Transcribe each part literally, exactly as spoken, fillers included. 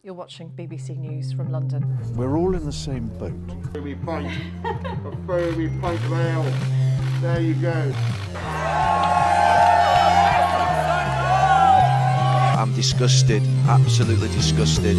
You're watching B B C News from London. We're all in the same boat. Foamy pint, a foamy pint of ale. There you go. I'm disgusted, absolutely disgusted.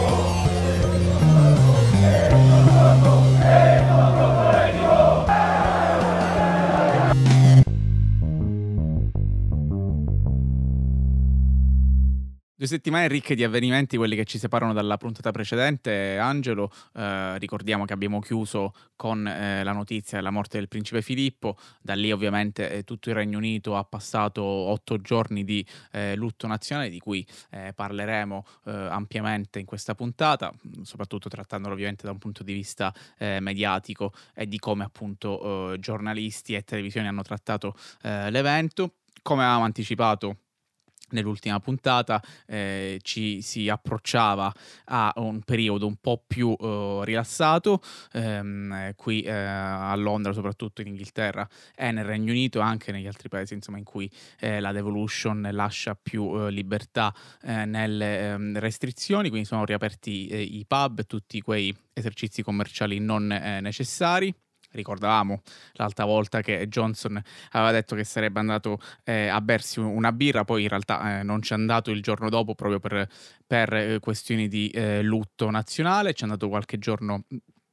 Due settimane ricche di avvenimenti, quelli che ci separano dalla puntata precedente. Angelo, eh, ricordiamo che abbiamo chiuso con eh, la notizia della morte del principe Filippo. Da lì ovviamente eh, tutto il Regno Unito ha passato otto giorni di eh, lutto nazionale, di cui eh, parleremo eh, ampiamente in questa puntata, soprattutto trattandolo ovviamente da un punto di vista eh, mediatico e di come appunto eh, giornalisti e televisioni hanno trattato eh, l'evento. Come avevamo anticipato nell'ultima puntata, eh, ci si approcciava a un periodo un po' più eh, rilassato ehm, qui eh, a Londra, soprattutto in Inghilterra e nel Regno Unito e anche negli altri paesi, insomma, in cui eh, la devolution lascia più eh, libertà eh, nelle ehm, restrizioni, quindi sono riaperti eh, i pub e tutti quei esercizi commerciali non eh, necessari. Ricordavamo l'altra volta che Johnson aveva detto che sarebbe andato eh, a bersi una birra, poi in realtà eh, non c'è andato il giorno dopo proprio per, per eh, questioni di eh, lutto nazionale, c'è andato qualche giorno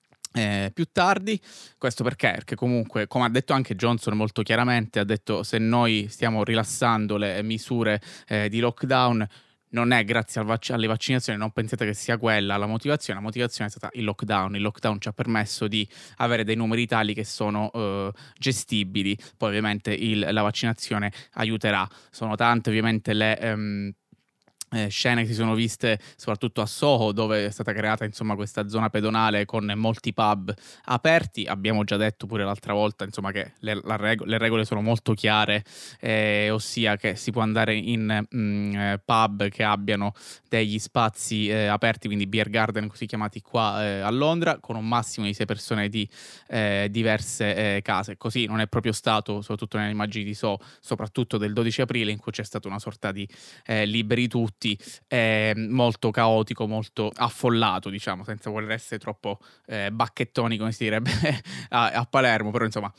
Eh, più tardi. Questo perché? Perché comunque, come ha detto anche Johnson molto chiaramente, ha detto: se noi stiamo rilassando le misure eh, di lockdown, non è grazie al vac- alle vaccinazioni, non pensate che sia quella la motivazione. La motivazione è stata il lockdown. Il lockdown ci ha permesso di avere dei numeri tali che sono eh, gestibili. Poi ovviamente il, la vaccinazione aiuterà. Sono tante ovviamente le ehm, Eh, scene che si sono viste soprattutto a Soho, dove è stata creata insomma questa zona pedonale con molti pub aperti. Abbiamo già detto pure l'altra volta insomma che le, la reg- le regole sono molto chiare, eh, ossia che si può andare in mh, eh, pub che abbiano degli spazi eh, aperti, quindi beer garden così chiamati qua eh, a Londra, con un massimo di sei persone di eh, diverse eh, case. Così non è proprio stato, soprattutto nelle immagini di Soho, soprattutto del dodici aprile, in cui c'è stata una sorta di eh, liberi tutti. È molto caotico, molto affollato, diciamo, senza voler essere troppo eh, bacchettoni, come si direbbe a, a Palermo, però insomma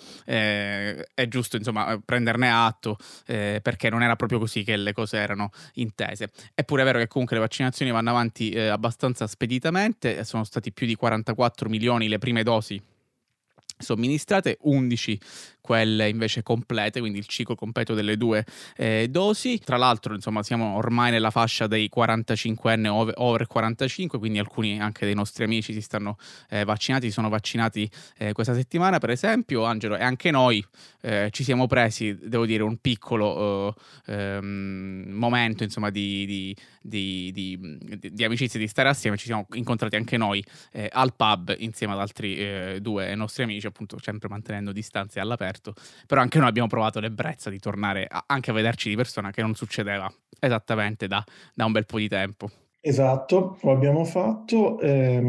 eh, è giusto insomma prenderne atto, eh, perché non era proprio così che le cose erano intese. Eppure è vero che comunque le vaccinazioni vanno avanti eh, abbastanza speditamente, sono stati più di quarantaquattro milioni le prime dosi somministrate, undici quelle invece complete, quindi il ciclo completo delle due eh, dosi. Tra l'altro insomma siamo ormai nella fascia dei quarantacinque anni, over, over quarantacinque, quindi alcuni anche dei nostri amici si stanno eh, vaccinati, si sono vaccinati eh, questa settimana per esempio, Angelo, e anche noi eh, ci siamo presi, devo dire, un piccolo eh, ehm, momento insomma di, di, di, di, di amicizia, di stare assieme. Ci siamo incontrati anche noi eh, al pub insieme ad altri eh, due nostri amici, appunto sempre mantenendo distanze all'aperto, però anche noi abbiamo provato l'ebbrezza di tornare a, anche a vederci di persona, che non succedeva esattamente da, da un bel po' di tempo. Esatto, lo abbiamo fatto.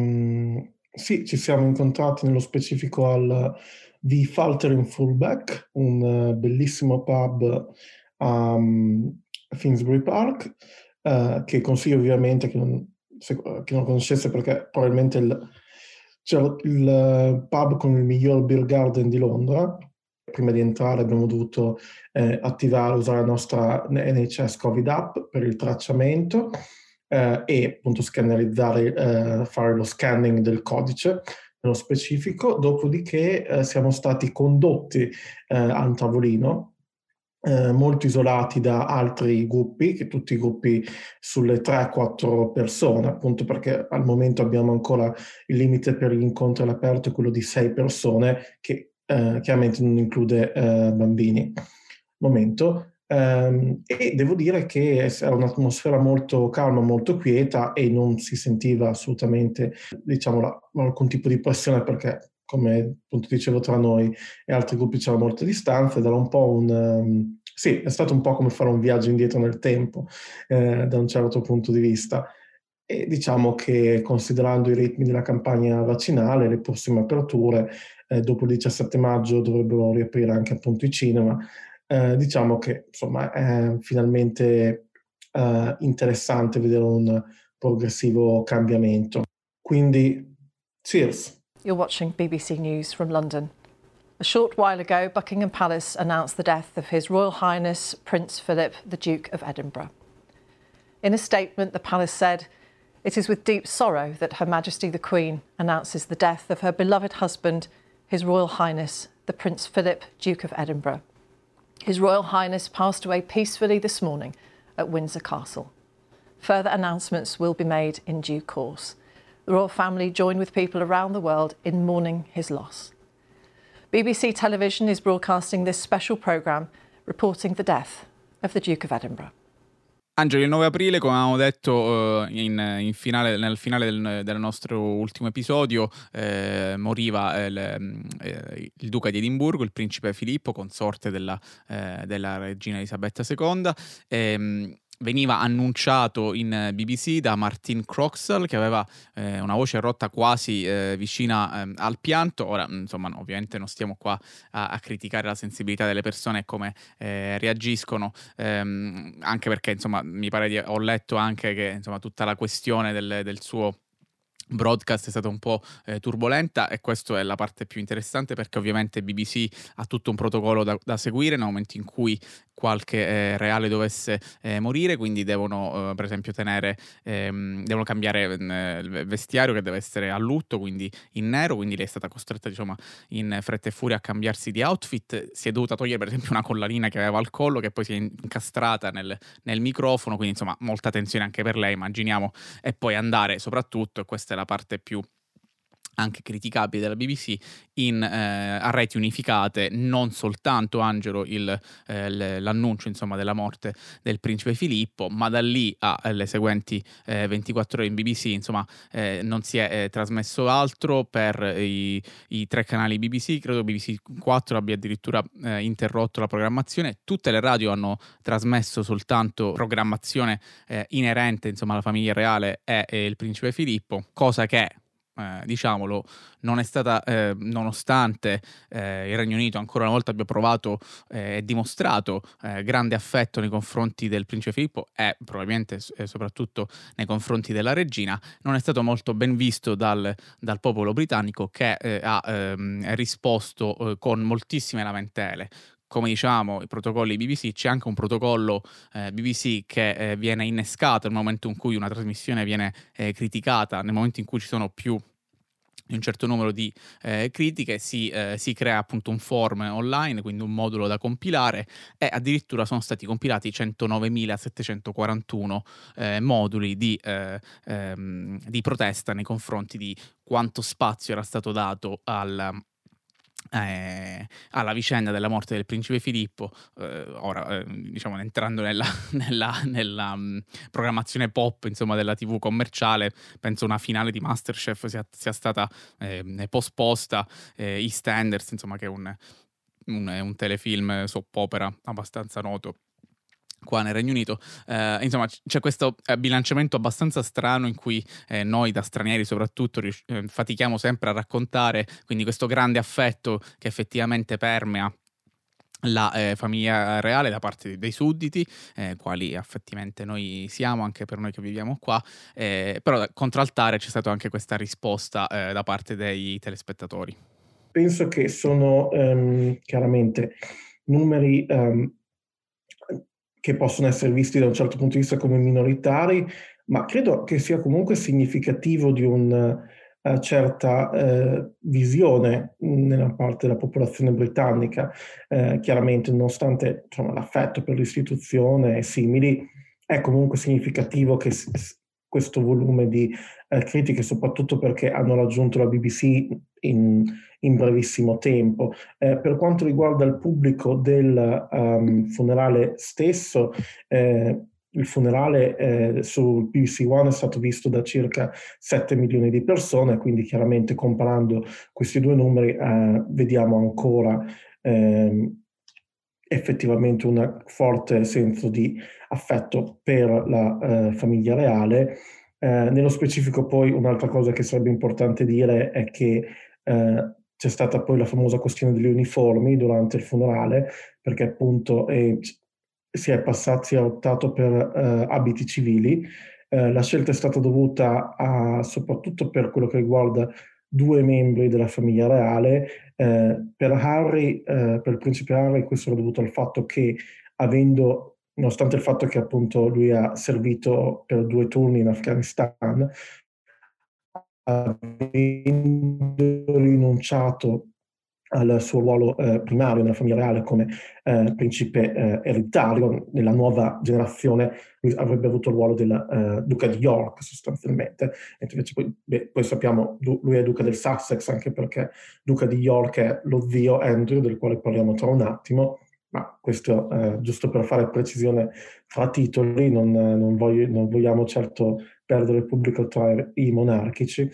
Ehm, sì, ci siamo incontrati nello specifico al The Falter in Fullback, un uh, bellissimo pub a um, Finsbury Park, uh, che consiglio ovviamente che non, se, che non conoscesse, perché probabilmente il, cioè, il uh, pub con il miglior beer garden di Londra. Prima di entrare abbiamo dovuto eh, attivare, usare la nostra N H S Covid app per il tracciamento eh, e appunto scannerizzare, eh, fare lo scanning del codice nello specifico. Dopodiché eh, siamo stati condotti eh, a un tavolino eh, molto isolati da altri gruppi, che tutti i gruppi sulle tre quattro persone, appunto perché al momento abbiamo ancora il limite per gli incontri all'aperto, quello di sei persone, che Eh, chiaramente non include eh, bambini. Momento. Um, e devo dire che era un'atmosfera molto calma, molto quieta, e non si sentiva assolutamente, diciamo, la, alcun tipo di pressione, perché, come appunto dicevo, tra noi e altri gruppi c'era molta distanza, ed era un po' un... Um, sì, è stato un po' come fare un viaggio indietro nel tempo, eh, da un certo punto di vista. E diciamo che, considerando i ritmi della campagna vaccinale, le prossime aperture, eh, dopo il diciassette maggio dovrebbero riaprire anche appunto i cinema, eh, diciamo che insomma è finalmente eh, interessante vedere un, progressivo cambiamento. Quindi, cheers! You're watching B B C News from London. A short while ago, Buckingham Palace announced the death of His Royal Highness Prince Philip, the Duke of Edinburgh. In a statement, the palace said, "It is with deep sorrow that Her Majesty the Queen announces the death of her beloved husband, His Royal Highness, the Prince Philip, Duke of Edinburgh. His Royal Highness passed away peacefully this morning at Windsor Castle. Further announcements will be made in due course. The royal family join with people around the world in mourning his loss." B B C Television is broadcasting this special programme reporting the death of the Duke of Edinburgh. Angelo, il nove aprile, come avevamo detto eh, in, in finale, nel finale del, del nostro ultimo episodio, eh, moriva il, eh, il duca di Edimburgo, il principe Filippo, consorte della, eh, della regina Elisabetta seconda. E, veniva annunciato in B B C da Martin Croxall, che aveva eh, una voce rotta quasi eh, vicina eh, al pianto. Ora, insomma, no, ovviamente non stiamo qua a, a criticare la sensibilità delle persone e come eh, reagiscono, ehm, anche perché, insomma, mi pare di ho letto anche che, insomma, tutta la questione del, del suo broadcast è stata un po' eh, turbolenta, e questa è la parte più interessante, perché ovviamente B B C ha tutto un protocollo da, da seguire nel momento in cui qualche eh, reale dovesse eh, morire, quindi devono eh, per esempio tenere ehm, devono cambiare eh, il vestiario, che deve essere a lutto, quindi in nero, quindi lei è stata costretta, diciamo, in fretta e furia a cambiarsi di outfit. Si è dovuta togliere per esempio una collanina che aveva al collo, che poi si è incastrata nel, nel microfono, quindi insomma molta tensione anche per lei, immaginiamo, e poi andare soprattutto, e questa è la parte più anche criticabile della B B C, in, eh, a reti unificate, non soltanto, Angelo, il, eh, l'annuncio, insomma, della morte del principe Filippo, ma da lì alle seguenti eh, ventiquattro ore in B B C, insomma, eh, non si è eh, trasmesso altro per i, i tre canali B B C. Credo B B C quattro abbia addirittura eh, interrotto la programmazione. Tutte le radio hanno trasmesso soltanto programmazione eh, inerente, insomma, alla famiglia reale e, e il principe Filippo, cosa che Eh, diciamolo, non è stata, eh, nonostante eh, il Regno Unito ancora una volta abbia provato e eh, dimostrato eh, grande affetto nei confronti del principe Filippo e probabilmente eh, soprattutto nei confronti della regina, non è stato molto ben visto dal, dal popolo britannico, che eh, ha ehm, risposto eh, con moltissime lamentele. Come diciamo, i protocolli B B C, c'è anche un protocollo eh, B B C che eh, viene innescato nel momento in cui una trasmissione viene eh, criticata, nel momento in cui ci sono più di un certo numero di eh, critiche, si, eh, si crea appunto un form online, quindi un modulo da compilare, e addirittura sono stati compilati centonovemilasettecentoquarantuno eh, moduli di, eh, ehm, di protesta nei confronti di quanto spazio era stato dato al Eh, alla vicenda della morte del principe Filippo. Eh, ora, eh, diciamo, entrando nella, nella, nella um, programmazione pop, insomma, della tivù commerciale, penso una finale di MasterChef sia, sia stata eh, posposta. eh, EastEnders, insomma, che è un, un, è un telefilm soap opera abbastanza noto qua nel Regno Unito. Eh, insomma, c- c'è questo eh, bilanciamento abbastanza strano in cui eh, noi da stranieri soprattutto ries- eh, fatichiamo sempre a raccontare, quindi questo grande affetto che effettivamente permea la eh, famiglia reale da parte dei sudditi, eh, quali effettivamente noi siamo, anche per noi che viviamo qua, eh, però da contraltare c'è stata anche questa risposta eh, da parte dei telespettatori. Penso che sono um, chiaramente numeri um, che possono essere visti da un certo punto di vista come minoritari, ma credo che sia comunque significativo di una uh, certa uh, visione nella parte della popolazione britannica. Uh, chiaramente, nonostante, insomma, l'affetto per l'istituzione e simili, è comunque significativo che s- questo volume di uh, critiche, soprattutto perché hanno raggiunto la B B C in, in brevissimo tempo. Eh, per quanto riguarda il pubblico del um, funerale stesso, eh, il funerale eh, su B B C One è stato visto da circa sette milioni di persone, quindi chiaramente comparando questi due numeri eh, vediamo ancora eh, effettivamente un forte senso di affetto per la eh, famiglia reale. Eh, nello specifico poi un'altra cosa che sarebbe importante dire è che eh, c'è stata poi la famosa questione degli uniformi durante il funerale, perché appunto eh, si è passati, si è optato per eh, abiti civili Eh, la scelta è stata dovuta a, soprattutto per quello che riguarda due membri della famiglia reale. Eh, per Harry, eh, per il principe Harry, questo è dovuto al fatto che, avendo, nonostante il fatto che appunto lui ha servito per due turni in Afghanistan, avendo rinunciato al suo ruolo eh, primario nella famiglia reale come eh, principe eh, ereditario, nella nuova generazione lui avrebbe avuto il ruolo del eh, duca di York sostanzialmente, e invece poi, beh, poi sappiamo lui è duca del Sussex, anche perché duca di York è lo zio Andrew, del quale parliamo tra un attimo, ma questo eh, giusto per fare precisione fra titoli, non, non, voglio, non vogliamo certo perdere il pubblico tra i monarchici.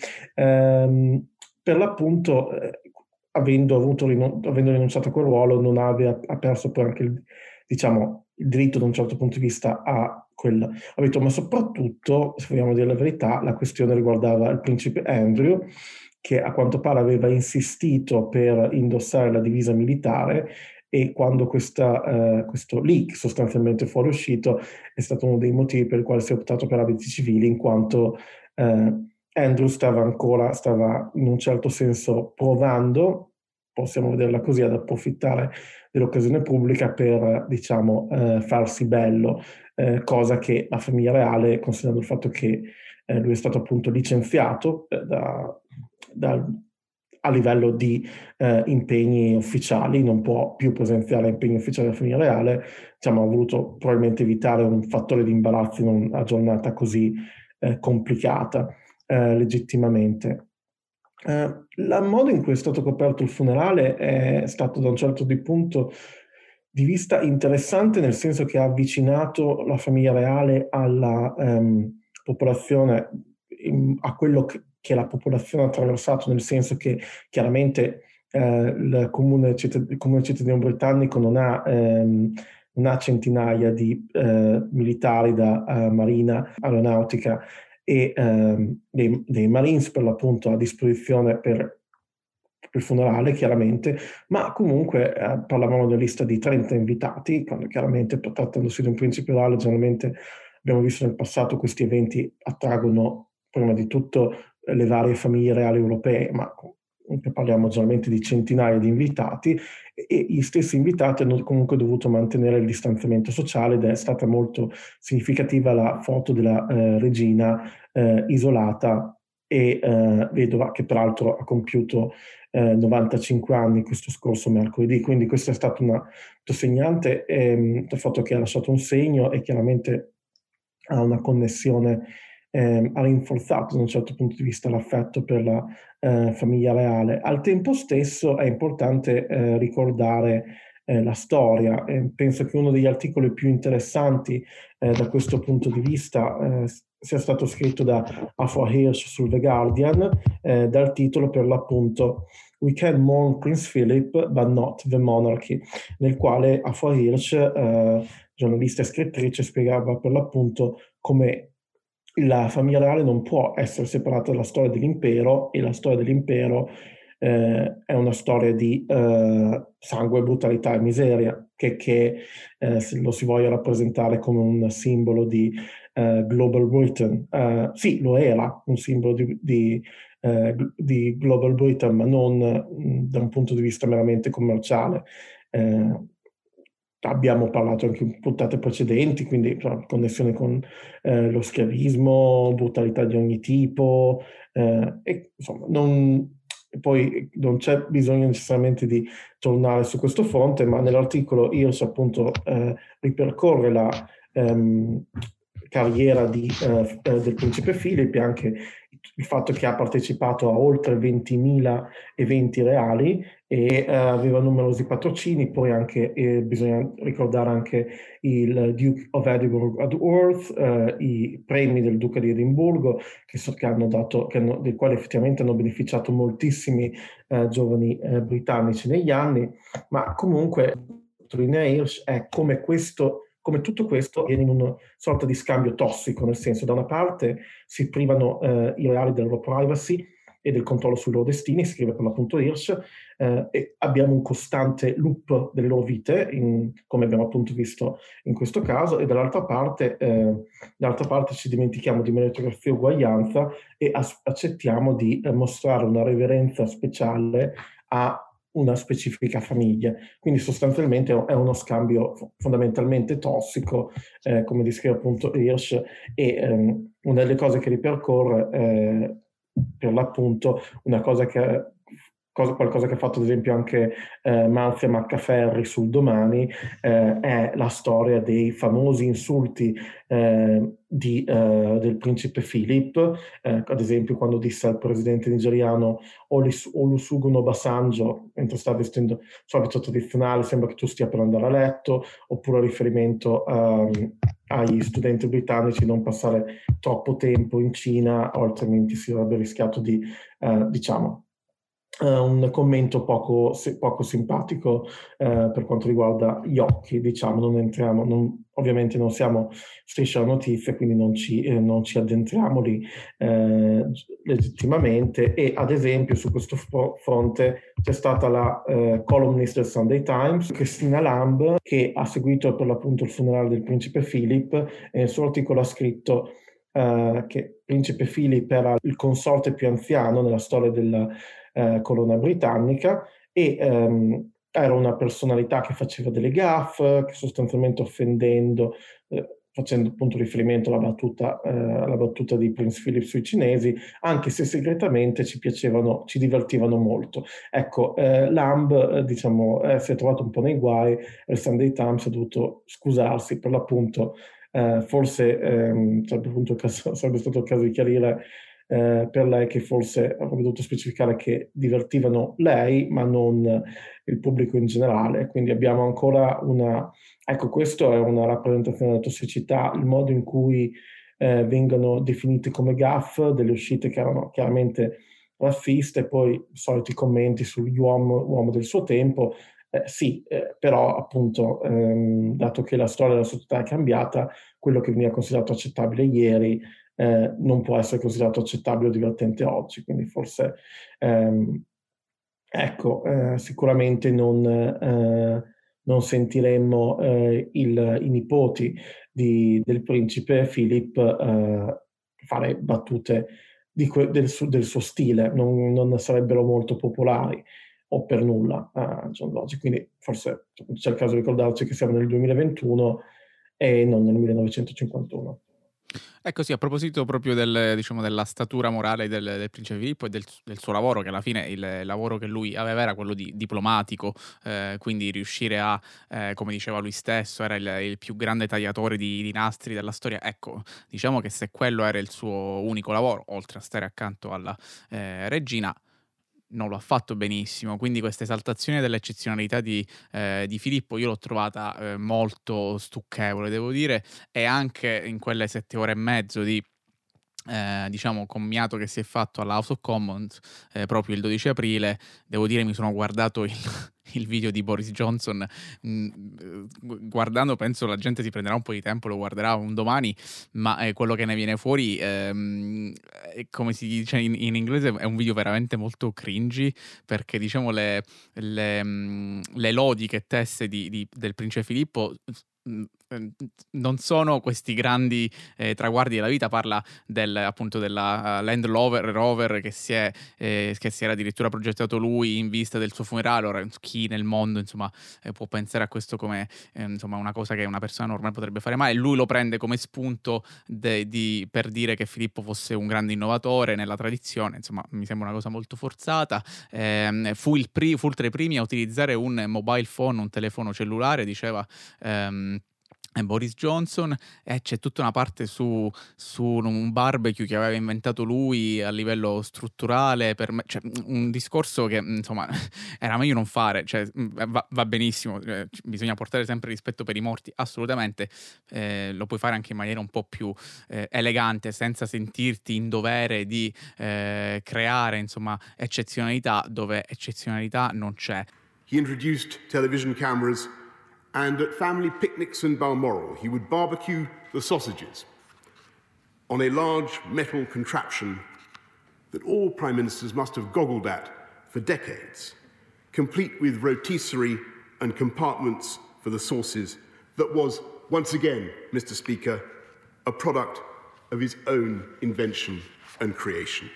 Ehm, per l'appunto eh, Avendo, avuto, avendo rinunciato a quel ruolo, non aveva, ha perso poi anche il, diciamo, il diritto da un certo punto di vista a quel abito, ma soprattutto, se vogliamo dire la verità, la questione riguardava il principe Andrew, che a quanto pare aveva insistito per indossare la divisa militare, e quando questa, eh, questo leak sostanzialmente fuori uscito è stato uno dei motivi per i quali si è optato per abiti civili, in quanto eh, Andrew stava ancora, stava in un certo senso provando, possiamo vederla così, ad approfittare dell'occasione pubblica per, diciamo, eh, farsi bello, eh, cosa che la famiglia reale, considerando il fatto che eh, lui è stato appunto licenziato eh, da, da, a livello di eh, impegni ufficiali, non può più presenziare impegni ufficiali della famiglia reale, diciamo, ha voluto probabilmente evitare un fattore di imbarazzo in una giornata così eh, complicata. Eh, legittimamente. Eh, il modo in cui è stato coperto il funerale è stato da un certo di punto di vista interessante, nel senso che ha avvicinato la famiglia reale alla ehm, popolazione, in, a quello che, che la popolazione ha attraversato, nel senso che chiaramente eh, il, comune cittad- il comune cittadino britannico non ha, ehm, non ha centinaia di eh, militari da uh, marina, aeronautica e ehm, dei, dei Marines per l'appunto a disposizione per il funerale, chiaramente, ma comunque eh, parlavamo di una lista di trenta invitati, quando chiaramente trattandosi di un principe reale, generalmente abbiamo visto nel passato questi eventi attraggono prima di tutto le varie famiglie reali europee, ma parliamo generalmente di centinaia di invitati, e gli stessi invitati hanno comunque dovuto mantenere il distanziamento sociale, ed è stata molto significativa la foto della eh, regina eh, isolata e eh, vedova, che peraltro ha compiuto eh, novantacinque anni questo scorso mercoledì, quindi questo è stato una segnante, ehm, il fatto che ha lasciato un segno e chiaramente ha una connessione, eh, ha rinforzato da un certo punto di vista l'affetto per la eh, famiglia reale. Al tempo stesso è importante eh, ricordare eh, la storia. Eh, penso che uno degli articoli più interessanti eh, da questo punto di vista eh, sia stato scritto da Afua Hirsch sul The Guardian, eh, dal titolo per l'appunto We Can Mourn Prince Philip but Not the Monarchy, nel quale Afua Hirsch, eh, giornalista e scrittrice, spiegava per l'appunto come la famiglia reale non può essere separata dalla storia dell'impero, e la storia dell'impero eh, è una storia di eh, sangue, brutalità e miseria, che, che eh, se lo si voglia rappresentare come un simbolo di eh, Global Britain. Eh, sì, lo era un simbolo di, di, eh, di Global Britain, ma non mh, da un punto di vista meramente commerciale. Eh, Abbiamo parlato anche in puntate precedenti, quindi cioè, connessione con eh, lo schiavismo, brutalità di ogni tipo, eh, e insomma, non, poi non c'è bisogno necessariamente di tornare su questo fronte, ma nell'articolo Hirsch appunto eh, ripercorre la ehm, carriera di, eh, del principe Philip, e anche il fatto che ha partecipato a oltre ventimila eventi reali e eh, aveva numerosi patrocini. Poi anche eh, bisogna ricordare anche il Duke of Edinburgh at Worth, eh, i premi del Duca di Edimburgo, che, so, che hanno dato, che hanno, dei quali effettivamente hanno beneficiato moltissimi eh, giovani eh, britannici negli anni, ma comunque sottolinea Hirsch è come questo come tutto questo viene in una sorta di scambio tossico, nel senso, da una parte si privano eh, i reali della loro privacy e del controllo sui loro destini, scrive per l'appunto Hirsch, eh, e abbiamo un costante loop delle loro vite, in, come abbiamo appunto visto in questo caso, e dall'altra parte, eh, dall'altra parte ci dimentichiamo di meritocrazia e uguaglianza e as- accettiamo di eh, mostrare una reverenza speciale a una specifica famiglia. Quindi sostanzialmente è uno scambio fondamentalmente tossico, eh, come descrive appunto Hirsch, e ehm, una delle cose che ripercorre eh, per l'appunto una cosa che cosa, qualcosa che ha fatto ad esempio anche eh, Marzia Maccaferri sul Domani, eh, è la storia dei famosi insulti eh, di, eh, del principe Philip, eh, ad esempio quando disse al presidente nigeriano Olusegun Obasanjo, mentre sta vestendo il suo abito tradizionale, sembra che tu stia per andare a letto, oppure riferimento um, agli studenti britannici non passare troppo tempo in Cina, o altrimenti si sarebbe rischiato di, uh, diciamo, Uh, un commento poco, se, poco simpatico uh, per quanto riguarda gli occhi, diciamo, non entriamo, non, ovviamente non siamo striscia la notizia, quindi non ci, eh, non ci addentriamo lì eh, legittimamente, e ad esempio su questo fronte c'è stata la eh, columnist del Sunday Times, Christina Lamb, che ha seguito per l'appunto il funerale del principe Philip e nel suo articolo ha scritto Uh, che principe Philip era il consorte più anziano nella storia della uh, corona britannica e um, era una personalità che faceva delle gaffe, che sostanzialmente offendendo, uh, facendo appunto riferimento alla battuta, uh, alla battuta di Prince Philip sui cinesi, anche se segretamente ci piacevano, ci divertivano molto. Ecco, uh, Lamb uh, diciamo, uh, si è trovato un po' nei guai e il Sunday Times ha dovuto scusarsi per l'appunto. Uh, forse um, sarebbe, appunto, caso, sarebbe stato il caso di chiarire uh, per lei che forse avrebbe dovuto specificare che divertivano lei ma non il pubblico in generale, quindi abbiamo ancora una, ecco, questo è una rappresentazione della tossicità, il modo in cui uh, vengono definite come gaffe delle uscite che erano chiaramente razziste, poi i soliti commenti sugli uomo, uomo del suo tempo. Eh, sì, eh, però appunto, ehm, dato che la storia della società è cambiata, quello che veniva considerato accettabile ieri eh, non può essere considerato accettabile o divertente oggi, quindi forse, ehm, ecco, eh, sicuramente non, eh, non sentiremmo eh, il, i nipoti di, del principe Philip eh, fare battute di que- del, su- del suo stile, non, non sarebbero molto popolari o per nulla al giorno d'oggi, quindi forse c'è il caso di ricordarci che siamo nel duemilaventuno e non nel millenovecentocinquantuno. Ecco sì, a proposito proprio del, diciamo, della statura morale del, del principe Filippo e del, del suo lavoro, che alla fine il lavoro che lui aveva era quello di diplomatico, eh, quindi riuscire a, eh, come diceva lui stesso, era il, il più grande tagliatore di, di nastri della storia. Ecco, diciamo che se quello era il suo unico lavoro, oltre a stare accanto alla eh, regina, non lo ha fatto benissimo, quindi questa esaltazione dell'eccezionalità di, eh, di Filippo io l'ho trovata eh, molto stucchevole, devo dire, e anche in quelle sette ore e mezzo di Eh, diciamo commiato che si è fatto alla House of Commons eh, proprio il dodici aprile, devo dire mi sono guardato il, il video di Boris Johnson, mh, guardando penso la gente si prenderà un po' di tempo, lo guarderà un domani, ma eh, quello che ne viene fuori ehm, è, come si dice in, in inglese, è un video veramente molto cringy, perché diciamo le, le, mh, le lodi che tesse di, di, del principe Filippo non sono questi grandi eh, traguardi della vita. Parla del, appunto della uh, Land Rover, Rover che si, è, eh, che si era addirittura progettato lui in vista del suo funerale. Ora, chi nel mondo insomma eh, può pensare a questo come eh, insomma una cosa che una persona normale potrebbe fare mai, e lui lo prende come spunto de, di, per dire che Filippo fosse un grande innovatore nella tradizione. Insomma, mi sembra una cosa molto forzata. Eh, fu, il pri- fu tra i primi a utilizzare un mobile phone, un telefono cellulare, diceva ehm, Boris Johnson, e c'è tutta una parte su, su un barbecue che aveva inventato lui a livello strutturale, per me, cioè, un discorso che insomma era meglio non fare, cioè, va, va benissimo, eh, bisogna portare sempre rispetto per i morti, assolutamente, eh, lo puoi fare anche in maniera un po' più eh, elegante, senza sentirti in dovere di eh, creare insomma eccezionalità dove eccezionalità non c'è. He introduced television cameras, and at family picnics in Balmoral, he would barbecue the sausages on a large metal contraption that all prime ministers must have goggled at for decades, complete with rotisserie and compartments for the sauces, that was, once again, Mister Speaker, a product of his own invention and creation.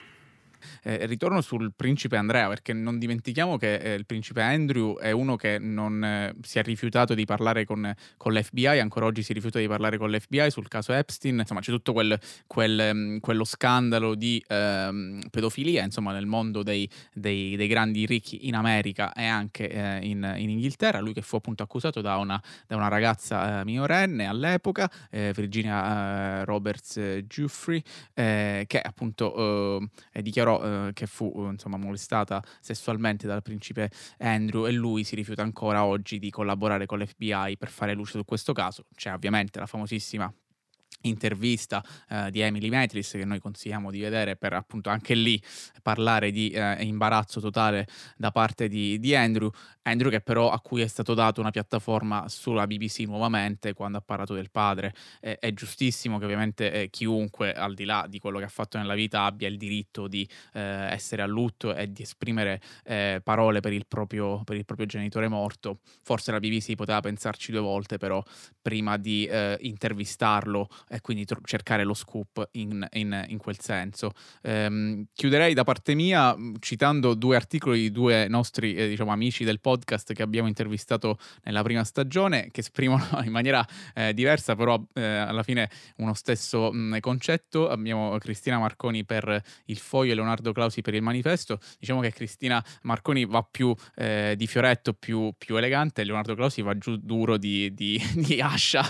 Eh, ritorno sul principe Andrea, perché non dimentichiamo che eh, il principe Andrew è uno che non eh, si è rifiutato di parlare con, con l'F B I, ancora oggi si rifiuta di parlare con l'F B I sul caso Epstein. Insomma, c'è tutto quel, quel, um, quello scandalo di um, pedofilia, insomma, nel mondo dei, dei, dei grandi ricchi in America e anche eh, in, in Inghilterra. Lui che fu appunto accusato da una, da una ragazza eh, minorenne all'epoca, eh, Virginia eh, Roberts eh, Giuffre, eh, che appunto eh, dichiarò che fu insomma molestata sessualmente dal principe Andrew, e lui si rifiuta ancora oggi di collaborare con l'F B I per fare luce su questo caso. C'è ovviamente la famosissima intervista eh, di Emily Maitlis che noi consigliamo di vedere per appunto anche lì parlare di eh, imbarazzo totale da parte di, di Andrew Andrew che però a cui è stato dato una piattaforma sulla B B C nuovamente quando ha parlato del padre. Eh, è giustissimo che ovviamente eh, chiunque, al di là di quello che ha fatto nella vita, abbia il diritto di eh, essere a lutto e di esprimere eh, parole per il, proprio, per il proprio genitore morto. Forse la B B C poteva pensarci due volte però prima di eh, intervistarlo e quindi tro- cercare lo scoop in, in, in quel senso. Ehm, chiuderei da parte mia citando due articoli di due nostri eh, diciamo amici del podcast che abbiamo intervistato nella prima stagione, che esprimono in maniera eh, diversa però eh, alla fine uno stesso mh, concetto. Abbiamo Cristina Marconi per Il Foglio e Leonardo Clausi per Il Manifesto. Diciamo che Cristina Marconi va più eh, di fioretto, più, più elegante, e Leonardo Clausi va giù duro di, di, di ascia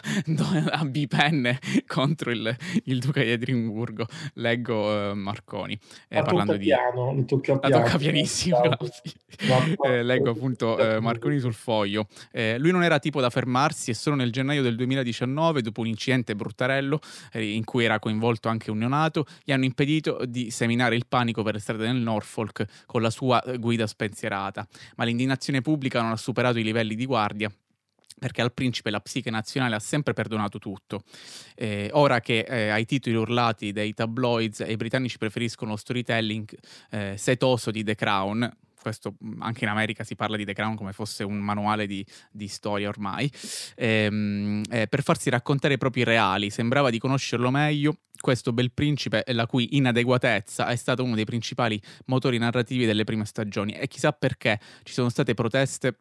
a bipenne contro il, il duca di Edimburgo. Leggo eh, Marconi eh, La parlando tocca di piano, li tocca la piano. tocca pianissimo, Clausi. Eh, leggo appunto eh, Marconi sul Foglio. Eh, lui non era tipo da fermarsi e solo nel gennaio del duemiladiciannove, dopo un incidente bruttarello eh, in cui era coinvolto anche un neonato, gli hanno impedito di seminare il panico per le strade del Norfolk con la sua eh, guida spensierata. Ma l'indignazione pubblica non ha superato i livelli di guardia, perché al principe la psiche nazionale ha sempre perdonato tutto. Eh, ora che eh, ai titoli urlati dei tabloids i britannici preferiscono lo storytelling eh, setoso di The Crown, questo anche in America si parla di The Crown come fosse un manuale di, di storia ormai, ehm, eh, per farsi raccontare i propri reali, sembrava di conoscerlo meglio. Questo bel principe, la cui inadeguatezza è stato uno dei principali motori narrativi delle prime stagioni, e chissà perché ci sono state proteste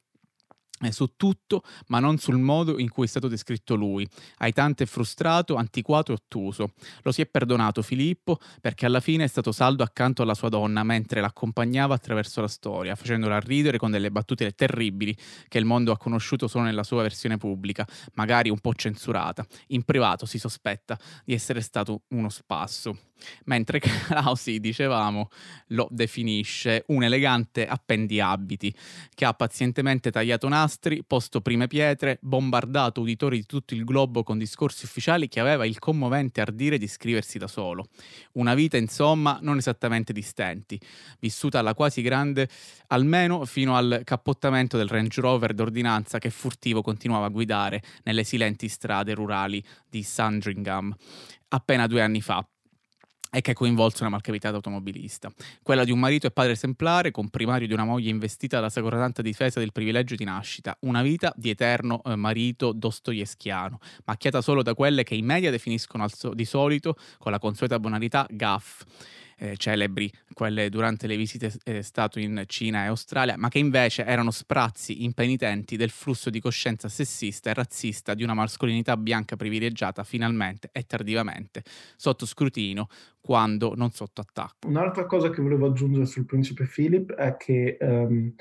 su tutto, ma non sul modo in cui è stato descritto lui. Aitante frustrato, antiquato e ottuso. Lo si è perdonato Filippo perché alla fine è stato saldo accanto alla sua donna mentre l'accompagnava attraverso la storia, facendola ridere con delle battute terribili che il mondo ha conosciuto solo nella sua versione pubblica, magari un po' censurata. In privato si sospetta di essere stato uno spasso. Mentre Clausi, dicevamo, lo definisce un elegante appendiabiti che ha pazientemente tagliato nastri, posto prime pietre, bombardato uditori di tutto il globo con discorsi ufficiali che aveva il commovente ardire di scriversi da solo. Una vita, insomma, non esattamente di stenti, vissuta alla quasi grande, almeno fino al cappottamento del Range Rover d'ordinanza che furtivo continuava a guidare nelle silenti strade rurali di Sandringham appena due anni fa, e che coinvolse una malcapitata automobilista, quella di un marito e padre esemplare, comprimario di una moglie investita dalla sacrosanta difesa del privilegio di nascita, una vita di eterno eh, marito dostoevskiano, macchiata solo da quelle che i media definiscono al so- di solito, con la consueta banalità, gaffe. Eh, celebri, quelle durante le visite eh, Stato in Cina e Australia, ma che invece erano sprazzi impenitenti del flusso di coscienza sessista e razzista di una mascolinità bianca privilegiata finalmente e tardivamente sotto scrutinio, quando non sotto attacco. Un'altra cosa che volevo aggiungere sul principe Philip è che, um,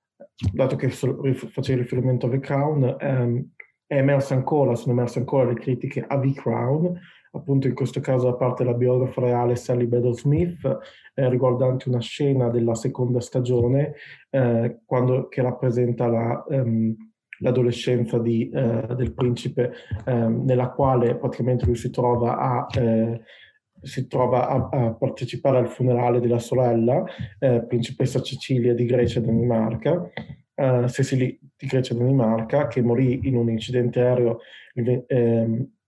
dato che facevi riferimento a The Crown, um, è emersa ancora, sono emerse ancora le critiche a The Crown, appunto in questo caso da parte della biografa reale Sally Bedell Smith, eh, riguardante una scena della seconda stagione eh, quando, che rappresenta la, um, l'adolescenza di, uh, del principe, um, nella quale praticamente lui si trova a... Eh, si trova a, a partecipare al funerale della sorella, eh, principessa Cecilia di Grecia e Danimarca, eh, Cecily di Grecia e Danimarca, che morì in un incidente aereo eh,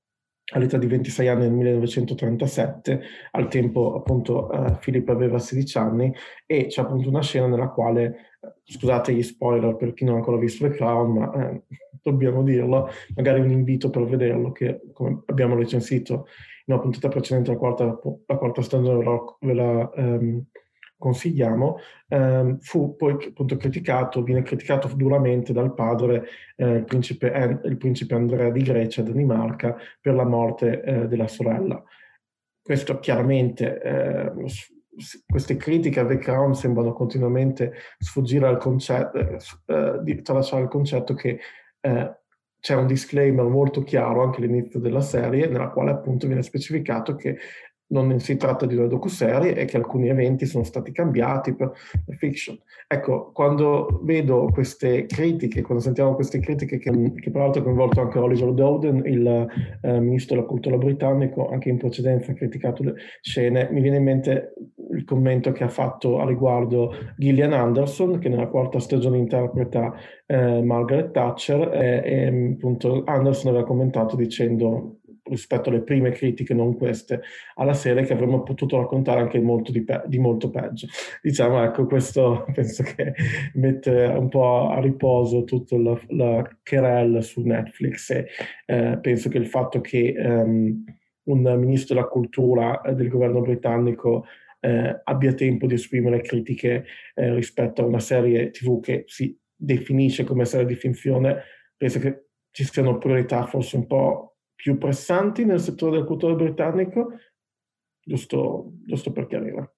all'età di ventisei anni nel millenovecentotrentasette, al tempo appunto eh, Filippo aveva sedici anni, e c'è appunto una scena nella quale, eh, scusate gli spoiler per chi non ha ancora visto The Crown, ma eh, dobbiamo dirlo, magari un invito per vederlo, che come abbiamo recensito in una puntata precedente, la quarta, la quarta stagione, ve la ehm, consigliamo. Um, fu poi appunto criticato, viene criticato duramente dal padre, eh, il, principe, eh, il principe Andrea di Grecia, Danimarca, per la morte eh, della sorella. Questo chiaramente, eh, queste critiche a The Crown sembrano continuamente sfuggire al concetto, eh, di tralasciare il concetto che eh, c'è un disclaimer molto chiaro anche all'inizio della serie, nella quale appunto viene specificato che non si tratta di una docuserie e che alcuni eventi sono stati cambiati per fiction. Ecco, quando vedo queste critiche, quando sentiamo queste critiche, che, che peraltro ha coinvolto anche Oliver Dowden, il eh, ministro della cultura britannico, anche in precedenza ha criticato le scene, mi viene in mente il commento che ha fatto a riguardo Gillian Anderson, che nella quarta stagione interpreta eh, Margaret Thatcher, eh, e appunto Anderson aveva commentato dicendo, rispetto alle prime critiche, non queste, alla serie, che avremmo potuto raccontare anche molto di, pe- di molto peggio. Diciamo, ecco, questo penso che mette un po' a riposo tutto la, la querelle su Netflix, e eh, penso che il fatto che um, un ministro della cultura eh, del governo britannico eh, abbia tempo di esprimere critiche eh, rispetto a una serie tivù che si definisce come serie di finzione, penso che ci siano priorità forse un po' più pressanti nel settore della cultura britannico, giusto, giusto per chiarire.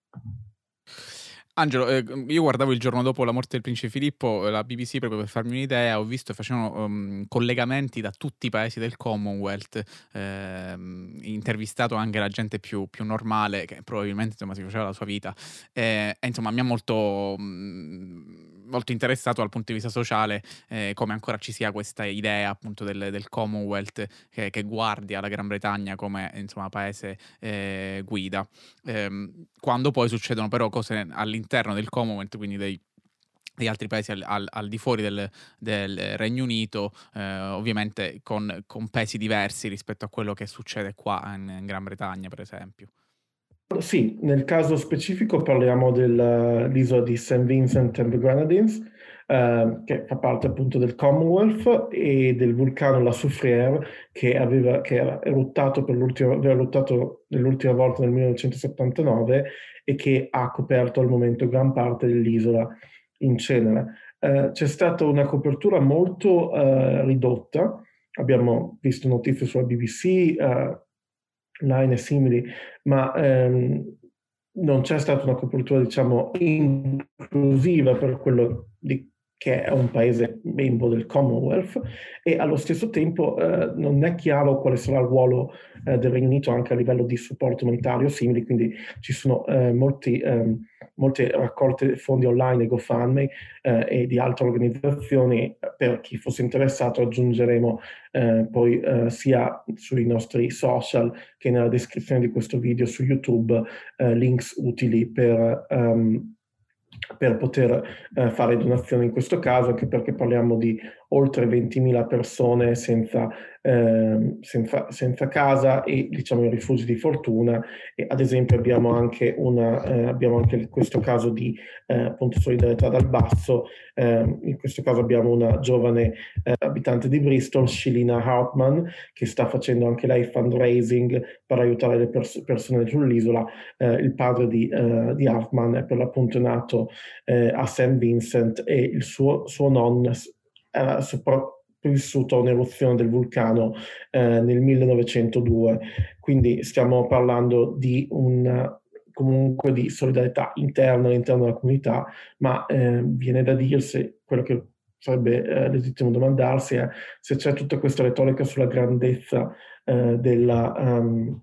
Angelo, eh, io guardavo il giorno dopo la morte del principe Filippo la B B C proprio per farmi un'idea, ho visto che facevano um, collegamenti da tutti i paesi del Commonwealth, ehm, intervistato anche la gente più, più normale, che probabilmente insomma si faceva la sua vita, e, e insomma mi ha molto, mh, molto interessato dal punto di vista sociale, eh, come ancora ci sia questa idea appunto del, del Commonwealth che, che guardi alla Gran Bretagna come insomma paese eh, guida. Ehm, quando poi succedono però cose all'interno all'interno del Commonwealth, quindi dei, degli altri paesi al, al, al di fuori del, del Regno Unito, eh, ovviamente con, con pesi diversi rispetto a quello che succede qua in, in Gran Bretagna, per esempio. Sì, nel caso specifico parliamo dell'isola di Saint Vincent and the Grenadines, eh, che fa parte appunto del Commonwealth, e del vulcano La Soufrière, che, aveva, che era eruttato per l'ultima, aveva eruttato nell'ultima volta nel millenovecentosettantanove e che ha coperto al momento gran parte dell'isola in cenere. Eh, c'è stata una copertura molto eh, ridotta, abbiamo visto notizie sulla B B C, eh, Line e simili, ma ehm, non c'è stata una copertura, diciamo, inclusiva per quello di, che è un paese membro del Commonwealth, e allo stesso tempo eh, non è chiaro quale sarà il ruolo eh, del Regno Unito anche a livello di supporto umanitario simili, quindi ci sono eh, molti, eh, molte raccolte fondi online e GoFundMe eh, e di altre organizzazioni. Per chi fosse interessato aggiungeremo eh, poi eh, sia sui nostri social che nella descrizione di questo video su YouTube eh, links utili per um, per poter eh, fare donazioni in questo caso, anche perché parliamo di oltre ventimila persone senza, eh, senza, senza casa e diciamo i rifugi di fortuna, e ad esempio abbiamo anche, una, eh, abbiamo anche questo caso di eh, appunto solidarietà dal basso. Eh, in questo caso abbiamo una giovane eh, abitante di Bristol, Shelina Hartman, che sta facendo anche lei fundraising per aiutare le pers- persone sull'isola. Eh, il padre di, eh, di Hartman è per l'appunto nato eh, a Saint Vincent, e il suo, suo nonno era sopravvissuto a un'eruzione del vulcano eh, nel millenovecentodue, quindi stiamo parlando di un comunque di solidarietà interna all'interno della comunità, ma eh, viene da dirsi, quello che sarebbe eh, legittimo domandarsi è se c'è tutta questa retorica sulla grandezza eh, della, um,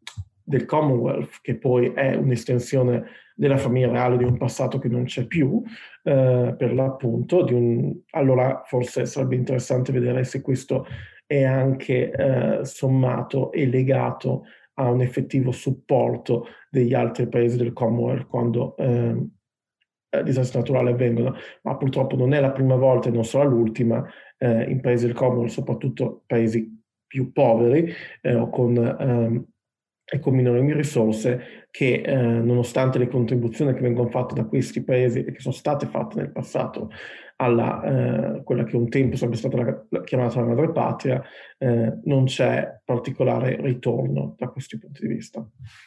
del Commonwealth, che poi è un'estensione della famiglia reale di un passato che non c'è più, eh, per l'appunto, di un, allora forse sarebbe interessante vedere se questo è anche eh, sommato e legato a un effettivo supporto degli altri paesi del Commonwealth quando eh, disastri naturali avvengono, ma purtroppo non è la prima volta e non sarà l'ultima eh, in paesi del Commonwealth, soprattutto paesi più poveri eh, o con, ehm, e con minori risorse che eh, nonostante le contribuzioni che vengono fatte da questi paesi e che sono state fatte nel passato alla eh, quella che un tempo sarebbe stata la, la, chiamata la madrepatria, eh, non c'è particolare ritorno da questi punti di vista.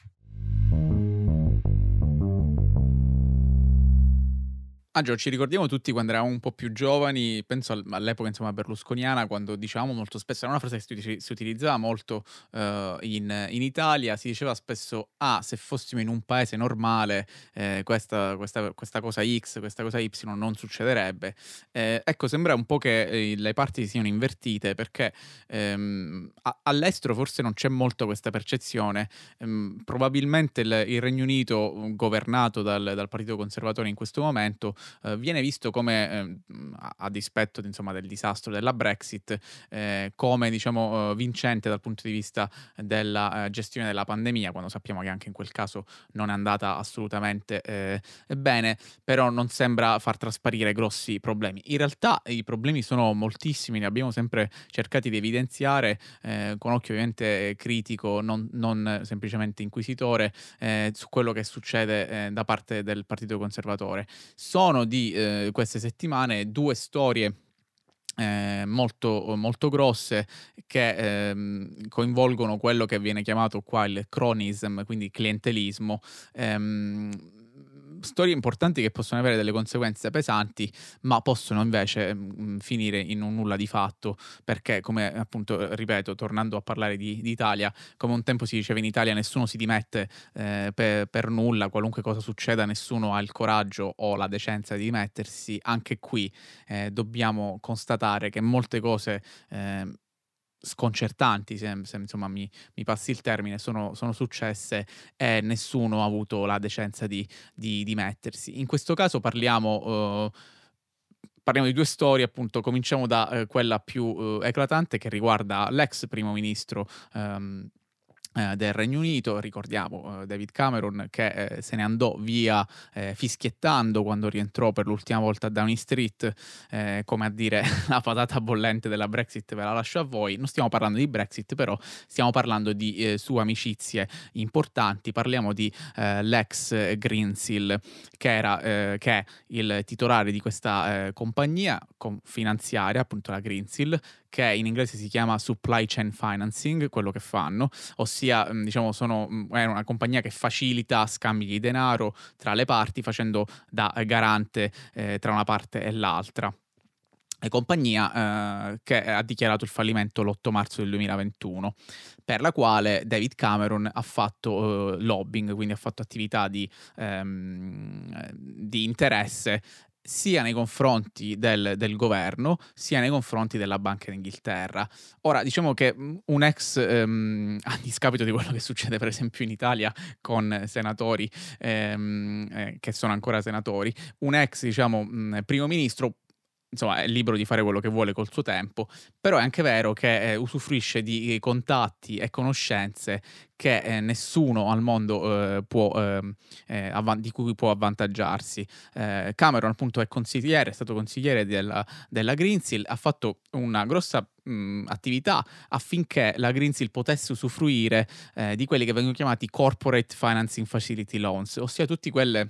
Angelo, ci ricordiamo tutti quando eravamo un po' più giovani, penso al- all'epoca insomma berlusconiana, quando dicevamo molto spesso, era una frase che si, si utilizzava molto eh, in, in Italia, si diceva spesso, ah, se fossimo in un paese normale eh, questa, questa- questa cosa X, questa cosa Y non succederebbe. Eh, ecco, sembra un po' che eh, le parti siano invertite, perché ehm, a- all'estero forse non c'è molto questa percezione. Ehm, probabilmente il, il Regno Unito, governato dal, dal Partito Conservatore in questo momento, Uh, viene visto come, eh, a, a dispetto insomma, del disastro della Brexit, eh, come diciamo uh, vincente dal punto di vista della uh, gestione della pandemia, quando sappiamo che anche in quel caso non è andata assolutamente eh, bene, però non sembra far trasparire grossi problemi. In realtà i problemi sono moltissimi, li abbiamo sempre cercati di evidenziare eh, con occhio ovviamente critico, non, non semplicemente inquisitore, eh, su quello che succede eh, da parte del Partito Conservatore. Sono di eh, queste settimane due storie eh, molto, molto grosse che ehm, coinvolgono quello che viene chiamato qua il cronism, quindi clientelismo. Ehm, storie importanti che possono avere delle conseguenze pesanti, ma possono invece mh, finire in un nulla di fatto, perché come appunto, ripeto, tornando a parlare di, di Italia, come un tempo si diceva in Italia, nessuno si dimette eh, per, per nulla, qualunque cosa succeda nessuno ha il coraggio o la decenza di dimettersi. Anche qui eh, dobbiamo constatare che molte cose eh, sconcertanti, se, se insomma mi, mi passi il termine, sono, sono successe e nessuno ha avuto la decenza di, di dimettersi. In questo caso parliamo... Uh, Parliamo di due storie, appunto, cominciamo da eh, quella più eh, eclatante, che riguarda l'ex primo ministro ehm, eh, del Regno Unito. Ricordiamo eh, David Cameron, che eh, se ne andò via eh, fischiettando quando rientrò per l'ultima volta a Downing Street, eh, come a dire la patata bollente della Brexit ve la lascio a voi. Non stiamo parlando di Brexit, però stiamo parlando di eh, sue amicizie importanti. Parliamo di eh, l'ex Greensill, che era eh, che è il titolare di questa eh, compagnia com- finanziaria, appunto la Greensill, che in inglese si chiama Supply Chain Financing, quello che fanno, ossia diciamo sono è una compagnia che facilita scambi di denaro tra le parti, facendo da garante eh, tra una parte e l'altra. E compagnia eh, che ha dichiarato il fallimento l'otto marzo del duemilaventuno, per la quale David Cameron ha fatto eh, lobbying, quindi ha fatto attività di, ehm, di interesse sia nei confronti del, del governo, sia nei confronti della Banca d'Inghilterra. Ora, diciamo che un ex, ehm, a discapito di quello che succede per esempio in Italia con senatori ehm, eh, che sono ancora senatori, un ex, diciamo, mh, primo ministro, insomma, è libero di fare quello che vuole col suo tempo, però è anche vero che eh, usufruisce di contatti e conoscenze che eh, nessuno al mondo eh, può, eh, eh, avvan- di cui può avvantaggiarsi. Eh, Cameron appunto è consigliere, è stato consigliere della, della Greensill, ha fatto una grossa mh, attività affinché la Greensill potesse usufruire eh, di quelli che vengono chiamati Corporate Financing Facility Loans, ossia tutti quelle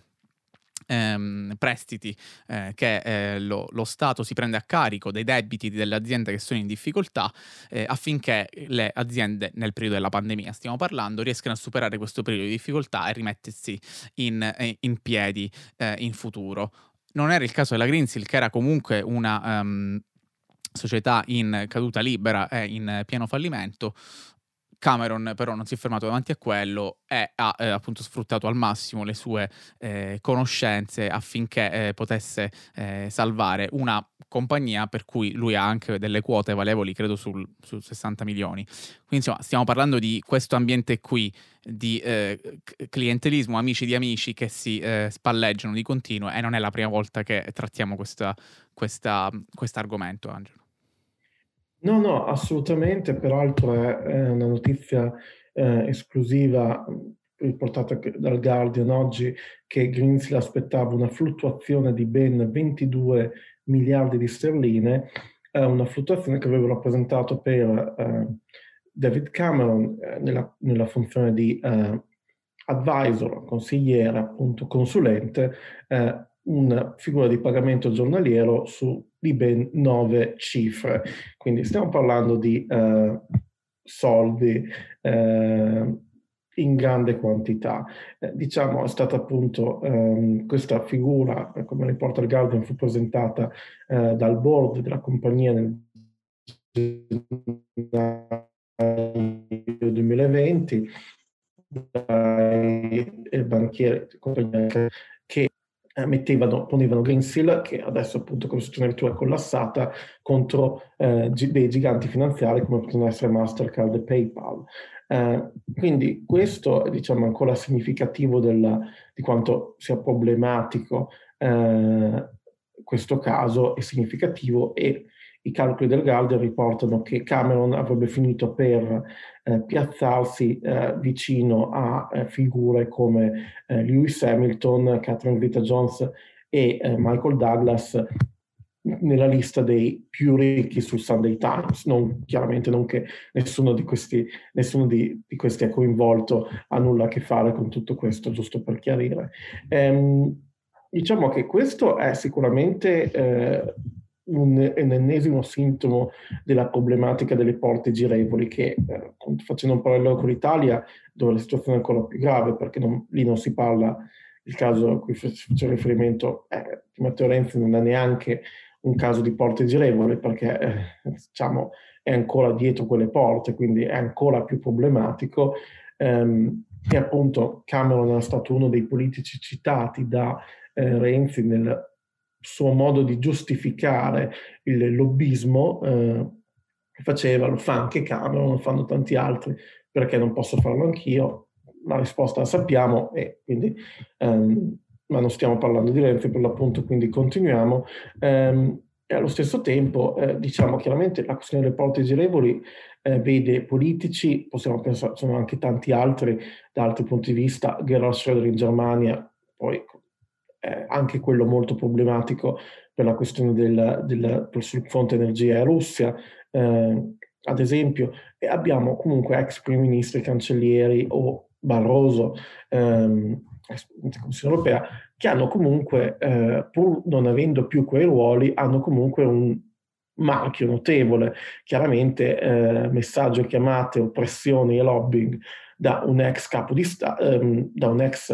Ehm, prestiti eh, che eh, lo, lo Stato si prende a carico dei debiti delle aziende che sono in difficoltà eh, affinché le aziende nel periodo della pandemia, stiamo parlando, riescano a superare questo periodo di difficoltà e rimettersi in, in piedi eh, in futuro. Non era il caso della Greensill, che era comunque una um, società in caduta libera e in pieno fallimento. Cameron però non si è fermato davanti a quello e ha eh, appunto sfruttato al massimo le sue eh, conoscenze affinché eh, potesse eh, salvare una compagnia per cui lui ha anche delle quote valevoli, credo sul, su sessanta milioni. Quindi insomma stiamo parlando di questo ambiente qui di eh, clientelismo, amici di amici che si eh, spalleggiano di continuo, e non è la prima volta che trattiamo questa, questa, argomento, Angelo. No, no, assolutamente, peraltro è, è una notizia eh, esclusiva riportata dal Guardian oggi, che Greensill aspettava una fluttuazione di ben ventidue miliardi di sterline, eh, una fluttuazione che aveva rappresentato per eh, David Cameron eh, nella, nella funzione di eh, advisor, consigliere, appunto consulente, eh, una figura di pagamento giornaliero su di ben nove cifre. Quindi stiamo parlando di eh, soldi eh, in grande quantità. Eh, diciamo è stata appunto ehm, questa figura, come riporta il Guardian, fu presentata eh, dal board della compagnia nel duemilaventi dai banchieri che mettevano, ponevano Greensill, che adesso appunto come sottolineatura è collassata, contro eh, dei giganti finanziari come possono essere Mastercard e PayPal. Eh, quindi questo è diciamo ancora significativo della, di quanto sia problematico eh, questo caso, è significativo, e i calcoli del Guardian riportano che Cameron avrebbe finito per eh, piazzarsi eh, vicino a eh, figure come eh, Lewis Hamilton, Catherine Zeta-Jones e eh, Michael Douglas nella lista dei più ricchi sul Sunday Times. Non, chiaramente non che nessuno di questi, nessuno di, di questi è coinvolto, ha nulla a che fare con tutto questo, giusto per chiarire. Ehm, diciamo che questo è sicuramente eh, un, un ennesimo sintomo della problematica delle porte girevoli, che eh, facendo un parallelo con l'Italia, dove la situazione è ancora più grave, perché non, lì non si parla, il caso a cui faccio riferimento eh, Matteo Renzi non è neanche un caso di porte girevoli, perché eh, diciamo è ancora dietro quelle porte, quindi è ancora più problematico. Ehm, e appunto Cameron è stato uno dei politici citati da eh, Renzi nel suo modo di giustificare il lobbismo, eh, faceva, lo fa anche Cameron, lo fanno tanti altri, perché non posso farlo anch'io? La risposta la sappiamo, e quindi ehm, ma non stiamo parlando di Renzi per l'appunto, quindi continuiamo. Ehm, e allo stesso tempo, eh, diciamo chiaramente la questione delle porte girevoli eh, vede politici, possiamo pensare, sono anche tanti altri da altri punti di vista, Gerhard Schröder in Germania, poi eh, anche quello molto problematico per la questione del, del, sul fronte energia e Russia, eh, ad esempio, e abbiamo comunque ex primi ministri, cancellieri o Barroso, ehm, Commissione europea, che hanno comunque, eh, pur non avendo più quei ruoli, hanno comunque un marchio notevole. Chiaramente eh, messaggio, chiamate, oppressioni e lobbying da un ex capo di Stato, ehm, da un ex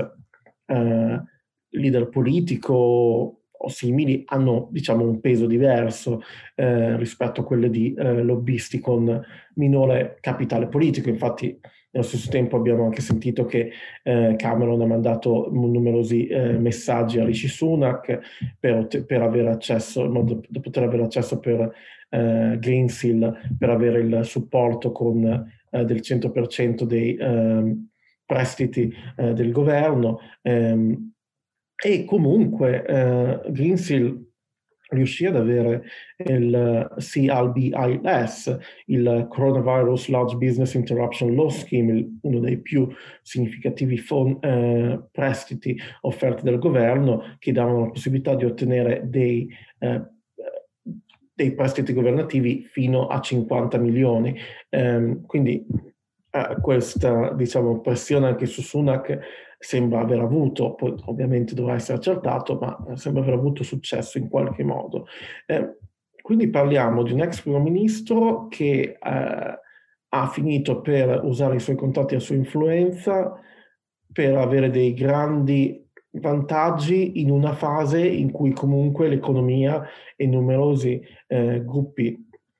eh, leader politico o simili, hanno diciamo un peso diverso eh, rispetto a quelle di eh, lobbisti con minore capitale politico. Infatti nello stesso tempo abbiamo anche sentito che eh, Cameron ha mandato numerosi eh, messaggi a Rishi Sunak per, per avere accesso, in modo da poter avere accesso per eh, Greensill, per avere il supporto con eh, del cento per cento dei eh, prestiti eh, del governo. Ehm, e comunque eh, Greensill riuscì ad avere il C L B I S, il Coronavirus Large Business Interruption Law Scheme, uno dei più significativi fon- eh, prestiti offerti dal governo, che davano la possibilità di ottenere dei, eh, dei prestiti governativi fino a cinquanta milioni. Eh, quindi eh, questa diciamo, pressione anche su Sunak sembra aver avuto, poi ovviamente dovrà essere accertato, ma sembra aver avuto successo in qualche modo. Eh, quindi parliamo di un ex primo ministro che eh, ha finito per usare i suoi contatti e la sua influenza per avere dei grandi vantaggi in una fase in cui comunque l'economia e numerosi eh, gruppi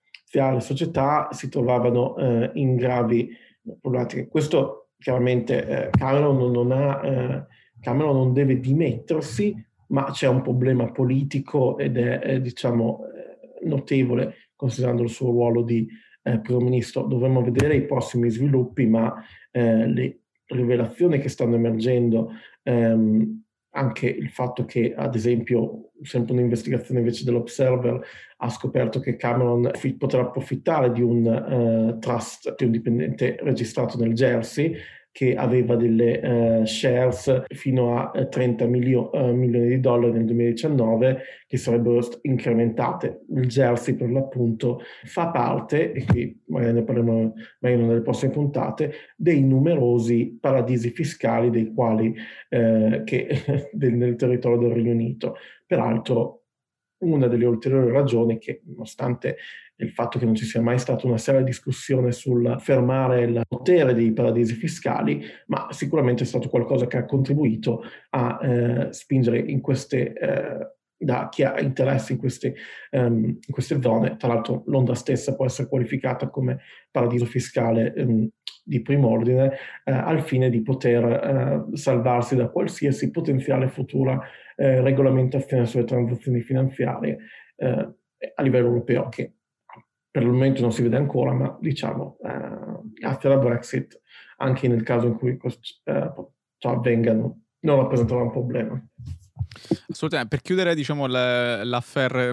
e società si trovavano eh, in gravi problematiche. Questo chiaramente eh, Cameron non, ha, eh, Cameron non deve dimettersi, ma c'è un problema politico ed è, è diciamo eh, notevole considerando il suo ruolo di eh, primo ministro. Dovremmo vedere i prossimi sviluppi, ma eh, le rivelazioni che stanno emergendo, ehm, anche il fatto che ad esempio sempre un'investigazione invece dell'Observer ha scoperto che Cameron potrà approfittare di un uh, trust, di un dipendente registrato nel Jersey, che aveva delle eh, shares fino a eh, trenta milio- eh, milioni di dollari nel duemiladiciannove, che sarebbero st- incrementate. Il Jersey, per l'appunto, fa parte, e qui magari ne parleremo magari in una delle prossime puntate, dei numerosi paradisi fiscali dei quali eh, che del, nel territorio del Regno Unito. Peraltro, una delle ulteriori ragioni che, nonostante il fatto che non ci sia mai stata una seria discussione sul fermare il potere dei paradisi fiscali, ma sicuramente è stato qualcosa che ha contribuito a eh, spingere in queste, eh, da chi ha interessi in queste, um, in queste zone. Tra l'altro Londra stessa può essere qualificata come paradiso fiscale um, di primo ordine, eh, al fine di poter eh, salvarsi da qualsiasi potenziale futura eh, regolamentazione sulle transazioni finanziarie eh, a livello europeo, che per il momento non si vede ancora, ma diciamo eh, grazie alla Brexit, anche nel caso in cui questo eh, avvenga, non rappresenterà un problema. Assolutamente. Per chiudere, diciamo, l'affair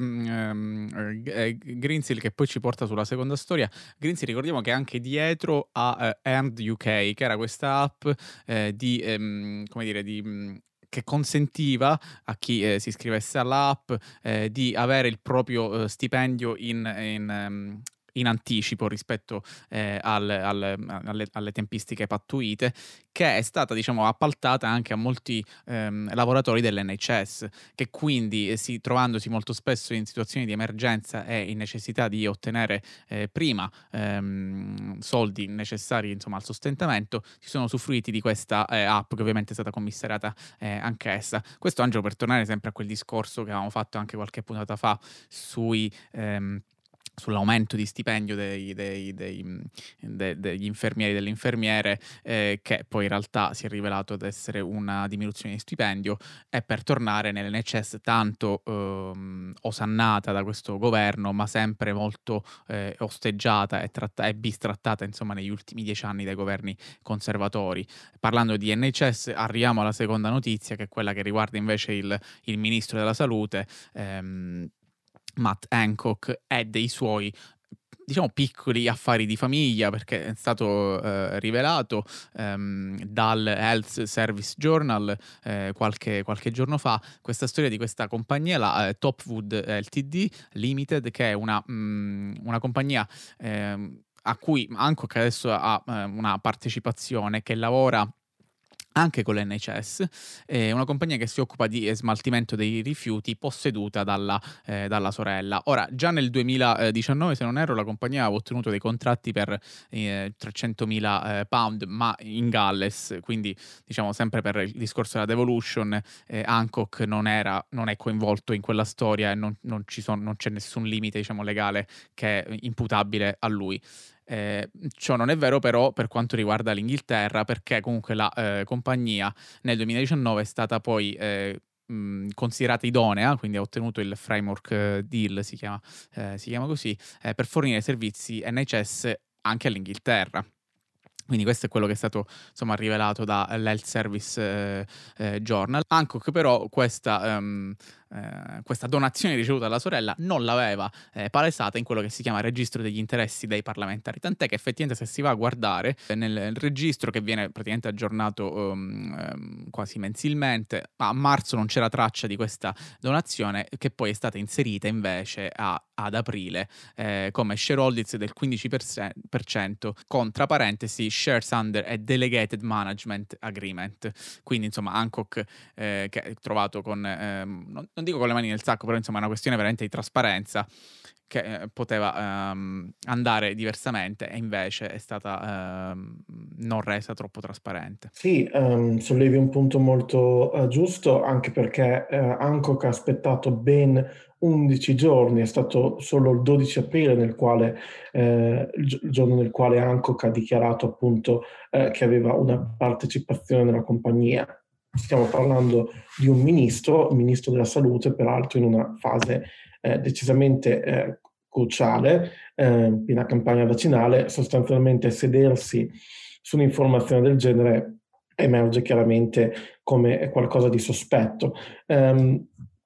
um, eh, Greensill, che poi ci porta sulla seconda storia, Greensill, ricordiamo che è anche dietro a uh, Earned U K, che era questa app eh, di, um, come dire, di... Um, che consentiva a chi eh, si iscrivesse all'app eh, di avere il proprio eh, stipendio in, in, um, in anticipo rispetto eh, al, al, alle, alle tempistiche pattuite, che è stata, diciamo, appaltata anche a molti ehm, lavoratori dell'N H S, che quindi eh, si, trovandosi molto spesso in situazioni di emergenza e in necessità di ottenere eh, prima ehm, soldi necessari, insomma, al sostentamento, si sono usufruiti di questa eh, app, che ovviamente è stata commissariata eh, anch'essa. Questo, Angelo, per tornare sempre a quel discorso che avevamo fatto anche qualche puntata fa sui ehm, sull'aumento di stipendio dei, dei, dei, de, degli infermieri e delle infermiere, eh, che poi in realtà si è rivelato ad essere una diminuzione di stipendio, e per tornare nell'N H S tanto ehm, osannata da questo governo, ma sempre molto eh, osteggiata e, tratta- e bistrattata, insomma, negli ultimi dieci anni dai governi conservatori. Parlando di N H S, arriviamo alla seconda notizia, che è quella che riguarda invece il, il ministro della salute, ehm, Matt Hancock, e dei suoi, diciamo, piccoli affari di famiglia, perché è stato eh, rivelato ehm, dal Health Service Journal eh, qualche, qualche giorno fa questa storia di questa compagnia, la eh, Topwood Ltd Limited, che è una, mh, una compagnia eh, a cui Hancock adesso ha eh, una partecipazione, che lavora anche con l'N H S, è una compagnia che si occupa di smaltimento dei rifiuti, posseduta dalla, eh, dalla sorella. Ora, già nel duemiladiciannove, se non erro, la compagnia aveva ottenuto dei contratti per eh, trecentomila eh, pound, ma in Galles, quindi diciamo sempre per il discorso della devolution, eh, Hancock non, era, non è coinvolto in quella storia e non, non, ci son, non c'è nessun limite, diciamo, legale che è imputabile a lui. Eh, ciò non è vero però per quanto riguarda l'Inghilterra, perché comunque la eh, compagnia nel duemiladiciannove è stata poi eh, mh, considerata idonea, quindi ha ottenuto il framework eh, deal, si chiama, eh, si chiama così, eh, per fornire servizi N H S anche all'Inghilterra. Quindi questo è quello che è stato, insomma, rivelato dall'Health Service eh, eh, Journal. Hancock però questa, um, eh, questa donazione ricevuta dalla sorella non l'aveva eh, palesata in quello che si chiama registro degli interessi dei parlamentari, tant'è che effettivamente, se si va a guardare nel, nel registro, che viene praticamente aggiornato um, um, quasi mensilmente, a marzo non c'era traccia di questa donazione, che poi è stata inserita invece a, ad aprile eh, come shareholders del quindici per cento, con, tra parentesi, shares under a delegated management agreement. Quindi, insomma, Hancock eh, che è trovato con ehm, non, non dico con le mani nel sacco, però insomma è una questione veramente di trasparenza, che eh, poteva ehm, andare diversamente, e invece è stata ehm, non resa troppo trasparente. Sì, um, sollevi un punto molto uh, giusto, anche perché uh, Hancock ha aspettato ben undici giorni, è stato solo il dodici aprile nel quale, eh, il giorno nel quale Hancock ha dichiarato appunto eh, che aveva una partecipazione nella compagnia. Stiamo parlando di un ministro, il ministro della salute, peraltro in una fase eh, decisamente eh, cruciale, eh, piena campagna vaccinale. Sostanzialmente sedersi su un'informazione del genere emerge chiaramente come qualcosa di sospetto. Um,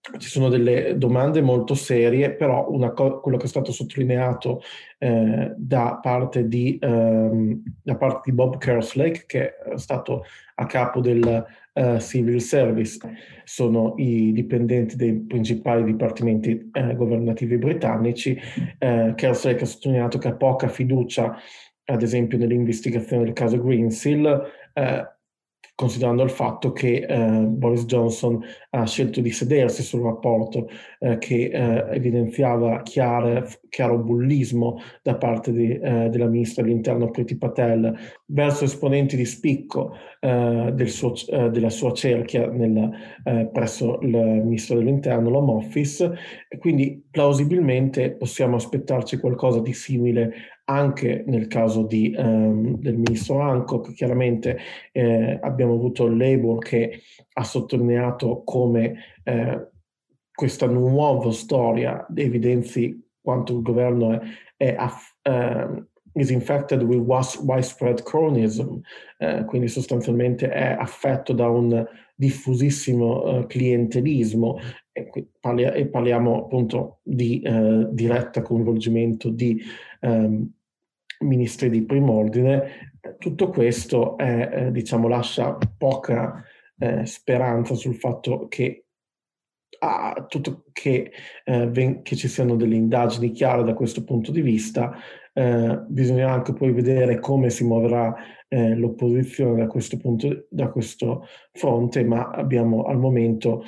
ci sono delle domande molto serie, però una co- quello che è stato sottolineato eh, da parte di, ehm, da parte di Bob Kerslake, che è stato a capo del eh, Civil Service, sono i dipendenti dei principali dipartimenti eh, governativi britannici. Eh, Kerslake ha sottolineato che ha poca fiducia, ad esempio, nell'investigazione del caso Greensill, eh, considerando il fatto che eh, Boris Johnson ha scelto di sedersi sul rapporto eh, che eh, evidenziava chiare, chiaro bullismo da parte di, eh, della ministra dell'Interno Priti Patel verso esponenti di spicco eh, del suo, eh, della sua cerchia nel, eh, presso il ministro dell'Interno, l'Home Office, e quindi plausibilmente possiamo aspettarci qualcosa di simile anche nel caso di, ehm, del ministro Hancock. Chiaramente eh, abbiamo avuto il Labour che ha sottolineato come eh, questa nuova storia evidenzi quanto il governo è, è aff- eh, is infected with widespread cronyism, eh, quindi sostanzialmente è affetto da un diffusissimo eh, clientelismo, e, parli- e parliamo appunto di eh, diretta coinvolgimento di ehm, ministri di prim'ordine. Tutto questo è, eh, diciamo, lascia poca eh, speranza sul fatto che, ah, tutto, che, eh, ven- che ci siano delle indagini chiare da questo punto di vista. Eh, bisogna anche poi vedere come si muoverà eh, l'opposizione da questo punto, da questo fronte, ma abbiamo al momento,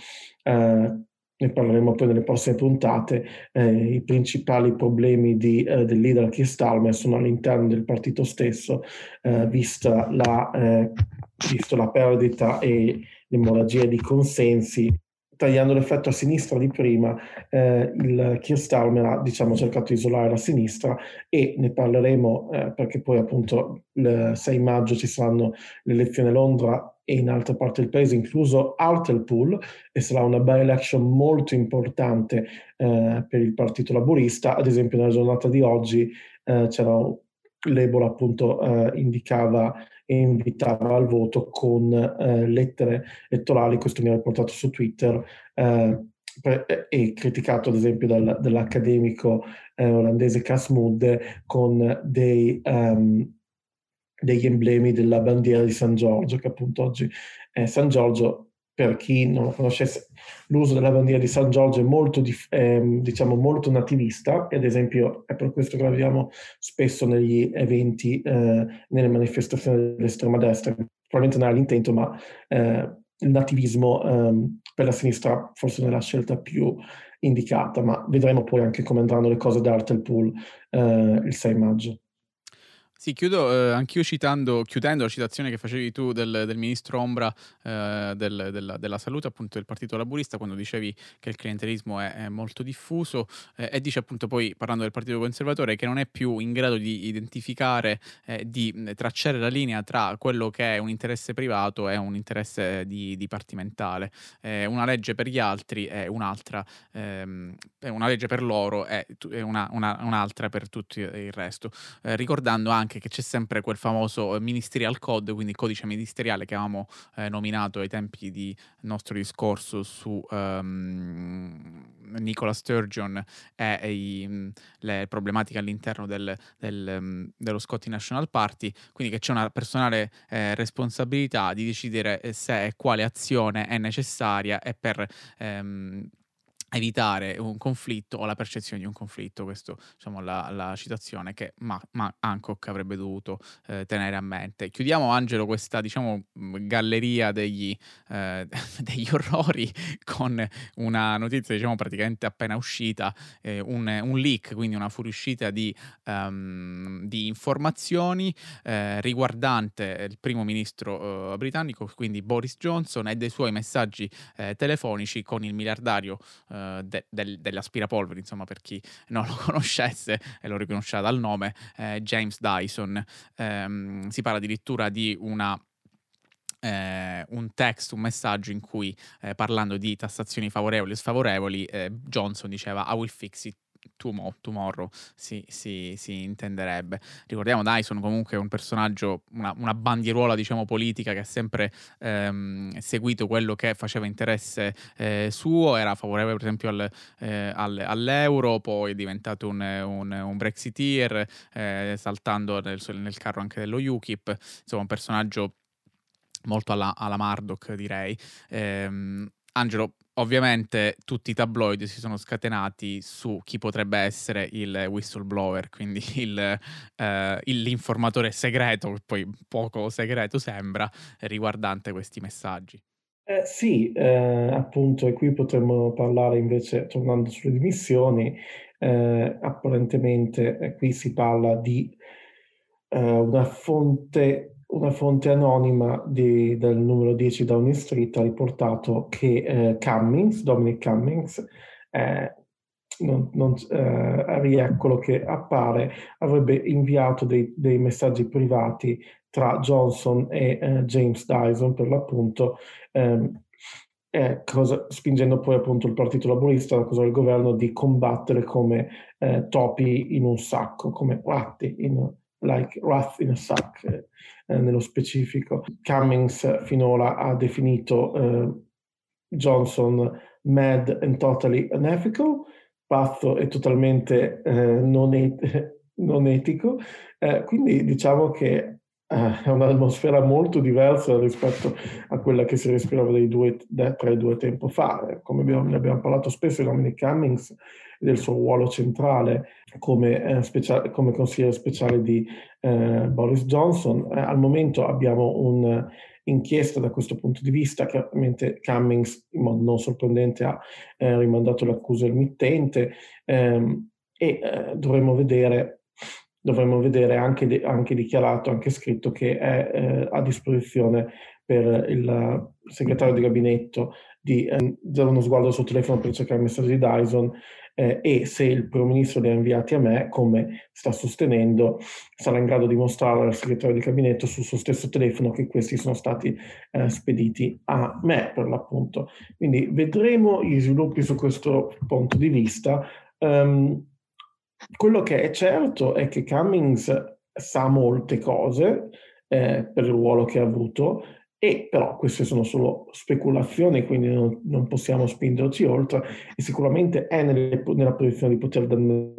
eh, ne parleremo poi nelle prossime puntate, eh, i principali problemi di, eh, del leader Keir Starmer sono all'interno del partito stesso, eh, vista la, eh, visto la perdita e l'emorragia di consensi. Tagliando l'effetto a sinistra di prima, eh, il Keir Starmer ha, diciamo, cercato di isolare la sinistra, e ne parleremo eh, perché poi appunto il sei maggio ci saranno le elezioni a Londra e in altre parti del paese, incluso Hartlepool, e sarà una by-election molto importante eh, per il Partito Laburista. Ad esempio nella giornata di oggi eh, c'era Labour appunto eh, indicava e invitava al voto con eh, lettere elettorali. Questo mi ha riportato su Twitter, eh, per, e criticato ad esempio dal, dall'accademico eh, olandese Cas Mudde, con dei, um, degli emblemi della bandiera di San Giorgio, che appunto oggi è San Giorgio. Per chi non lo conoscesse, l'uso della bandiera di San Giorgio è molto, eh, diciamo, molto nativista, e ad esempio è per questo che la vediamo spesso negli eventi, eh, nelle manifestazioni dell'estrema destra. Probabilmente non era l'intento, ma eh, il nativismo eh, per la sinistra forse non è la scelta più indicata, ma vedremo poi anche come andranno le cose ad Hartlepool eh, il sei maggio. Sì, chiudo eh, anch'io citando, chiudendo la citazione che facevi tu del, del ministro Ombra eh, del- della, della salute, appunto del Partito Laburista, quando dicevi che il clientelismo è, è molto diffuso, eh, e dice appunto poi, parlando del Partito Conservatore, che non è più in grado di identificare, eh, di mh, tracciare la linea tra quello che è un interesse privato e un interesse di, dipartimentale. Eh, una legge per gli altri è un'altra, ehm, è una legge per loro è, tu- è una- una- un'altra per tutto il resto. Eh, ricordando anche che c'è sempre quel famoso eh, ministerial code, quindi codice ministeriale che avevamo eh, nominato ai tempi di nostro discorso su ehm, Nicola Sturgeon e, e i, mh, le problematiche all'interno del, del, mh, dello Scottish National Party, quindi che c'è una personale eh, responsabilità di decidere eh, se e quale azione è necessaria e per ehm, evitare un conflitto o la percezione di un conflitto. Questo, diciamo, la, la citazione che Ma- Ma- Hancock avrebbe dovuto eh, tenere a mente. Chiudiamo, Angelo, questa, diciamo, mh, galleria degli, eh, degli orrori con una notizia, diciamo, praticamente appena uscita, eh, un, un leak, quindi una fuoriuscita di, ehm, di informazioni eh, riguardante il primo ministro eh, britannico, quindi Boris Johnson, e dei suoi messaggi eh, telefonici con il miliardario eh, de- del- dell'aspirapolvere, insomma, per chi non lo conoscesse e lo riconosceva dal nome, eh, James Dyson. Ehm, si parla addirittura di una eh, un text, un messaggio in cui, eh, parlando di tassazioni favorevoli e sfavorevoli, eh, Johnson diceva I will fix it Tomorrow, tomorrow si, si, si intenderebbe. Ricordiamo Dyson comunque è un personaggio, una, una bandieruola diciamo politica che ha sempre ehm, seguito quello che faceva interesse eh, suo, era favorevole per esempio al, eh, al, all'euro, poi è diventato un, un, un Brexiteer, eh, saltando nel, nel carro anche dello UKIP, insomma un personaggio molto alla, alla Murdoch direi. Ehm, Angelo, ovviamente tutti i tabloid si sono scatenati su chi potrebbe essere il whistleblower, quindi il, eh, il- l'informatore segreto, che poi poco segreto sembra, riguardante questi messaggi. Eh, sì, eh, appunto, e qui potremmo parlare invece, tornando sulle dimissioni, eh, apparentemente eh, qui si parla di eh, una fonte, una fonte anonima di- del numero dieci Downing Street ha riportato che eh, Cummings, Dominic Cummings, eh, non, non, eh, rieccolo che appare, avrebbe inviato dei, dei messaggi privati tra Johnson e eh, James Dyson per l'appunto, ehm, eh, cosa- spingendo poi appunto il Partito Laburista, la cosa del governo, di combattere come eh, topi in un sacco, come ratti in, like rats in a sack, eh, eh, nello specifico. Cummings finora ha definito eh, Johnson mad and totally unethical, pazzo e totalmente eh, non, et- non etico. Eh, quindi diciamo che eh, è un'atmosfera molto diversa rispetto a quella che si respirava dei due, da, tre due tempo fa. Eh, Come abbiamo, ne abbiamo parlato spesso di Dominic Cummings e del suo ruolo centrale come, eh, specia- come consigliere speciale di eh, Boris Johnson. Eh, al momento abbiamo un'inchiesta da questo punto di vista. Chiaramente Cummings, in modo non sorprendente, ha eh, rimandato l'accusa al mittente ehm, e eh, dovremmo vedere dovremmo vedere anche, de- anche dichiarato, anche scritto che è eh, a disposizione per il segretario di gabinetto di eh, dare uno sguardo al suo telefono per cercare il messaggio di Dyson eh, e se il primo ministro li ha inviati a me, come sta sostenendo, sarà in grado di mostrare al segretario di gabinetto sul suo stesso telefono che questi sono stati eh, spediti a me per l'appunto. Quindi vedremo gli sviluppi su questo punto di vista. Um, quello che è certo è che Cummings sa molte cose eh, per il ruolo che ha avuto, e però queste sono solo speculazioni, quindi non, non possiamo spingerci oltre, e sicuramente è nelle, nella posizione di poter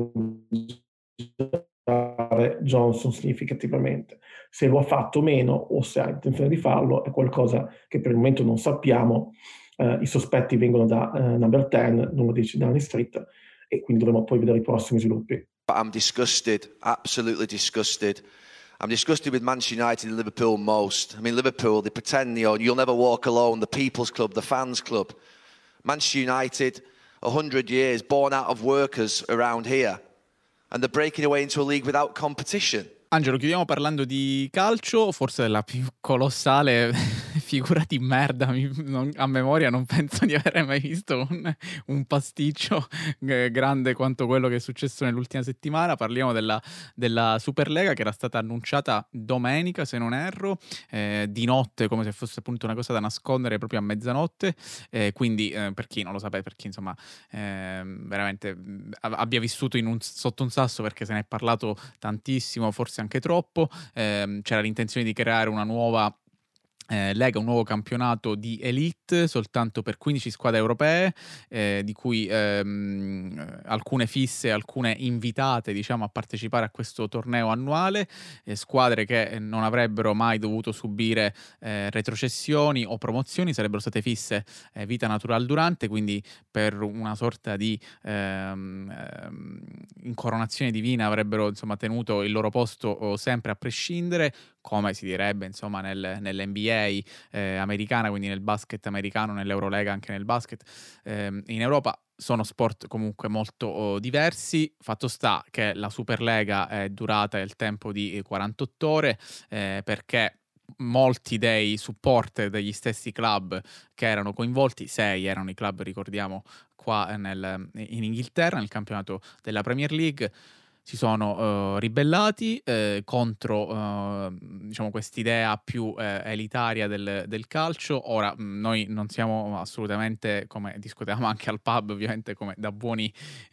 danneggiare Johnson significativamente. Se lo ha fatto meno o se ha intenzione di farlo è qualcosa che per il momento non sappiamo. Uh, I sospetti vengono da uh, Number dieci, numero dieci Downing Street, e quindi dovremo poi vedere i prossimi sviluppi. I'm disgusted, absolutely disgusted. I'm disgusted with Manchester United and Liverpool most. I mean, Liverpool, they pretend, you know, you'll never walk alone, the people's club, the fans club. Manchester United, a hundred years, born out of workers around here. And they're breaking away into a league without competition. Angelo, chiudiamo parlando di calcio, forse della più colossale figura di merda. Mi- non- a memoria non penso di aver mai visto un, un pasticcio eh, grande quanto quello che è successo nell'ultima settimana. Parliamo della, della Superlega, che era stata annunciata domenica, se non erro, eh, di notte, come se fosse appunto una cosa da nascondere proprio a mezzanotte. Eh, quindi, eh, per chi non lo sapeva, per chi insomma eh, veramente mh, abbia vissuto in un- sotto un sasso, perché se ne è parlato tantissimo, forse anche troppo. Ehm, c'era l'intenzione di creare una nuova eh, lega, un nuovo campionato di elite soltanto per quindici squadre europee, eh, di cui ehm, alcune fisse, alcune invitate, diciamo, a partecipare a questo torneo annuale, eh, squadre che non avrebbero mai dovuto subire eh, retrocessioni o promozioni, sarebbero state fisse eh, vita natural durante, quindi per una sorta di ehm, ehm, incoronazione divina avrebbero insomma tenuto il loro posto oh, sempre a prescindere, come si direbbe insomma nel, nell'N B A eh, americana, quindi nel basket americano, nell'Eurolega anche nel basket. Eh, in Europa sono sport comunque molto oh, diversi. Fatto sta che la Superlega è durata il tempo di quarantotto ore eh, perché molti dei supporter degli stessi club che erano coinvolti, sei erano i club, ricordiamo, qua nel, in Inghilterra, nel campionato della Premier League, si sono eh, ribellati eh, contro eh, diciamo quest'idea più eh, elitaria del, del calcio. Ora mh, noi non siamo assolutamente, come discutevamo anche al pub, ovviamente come da buoni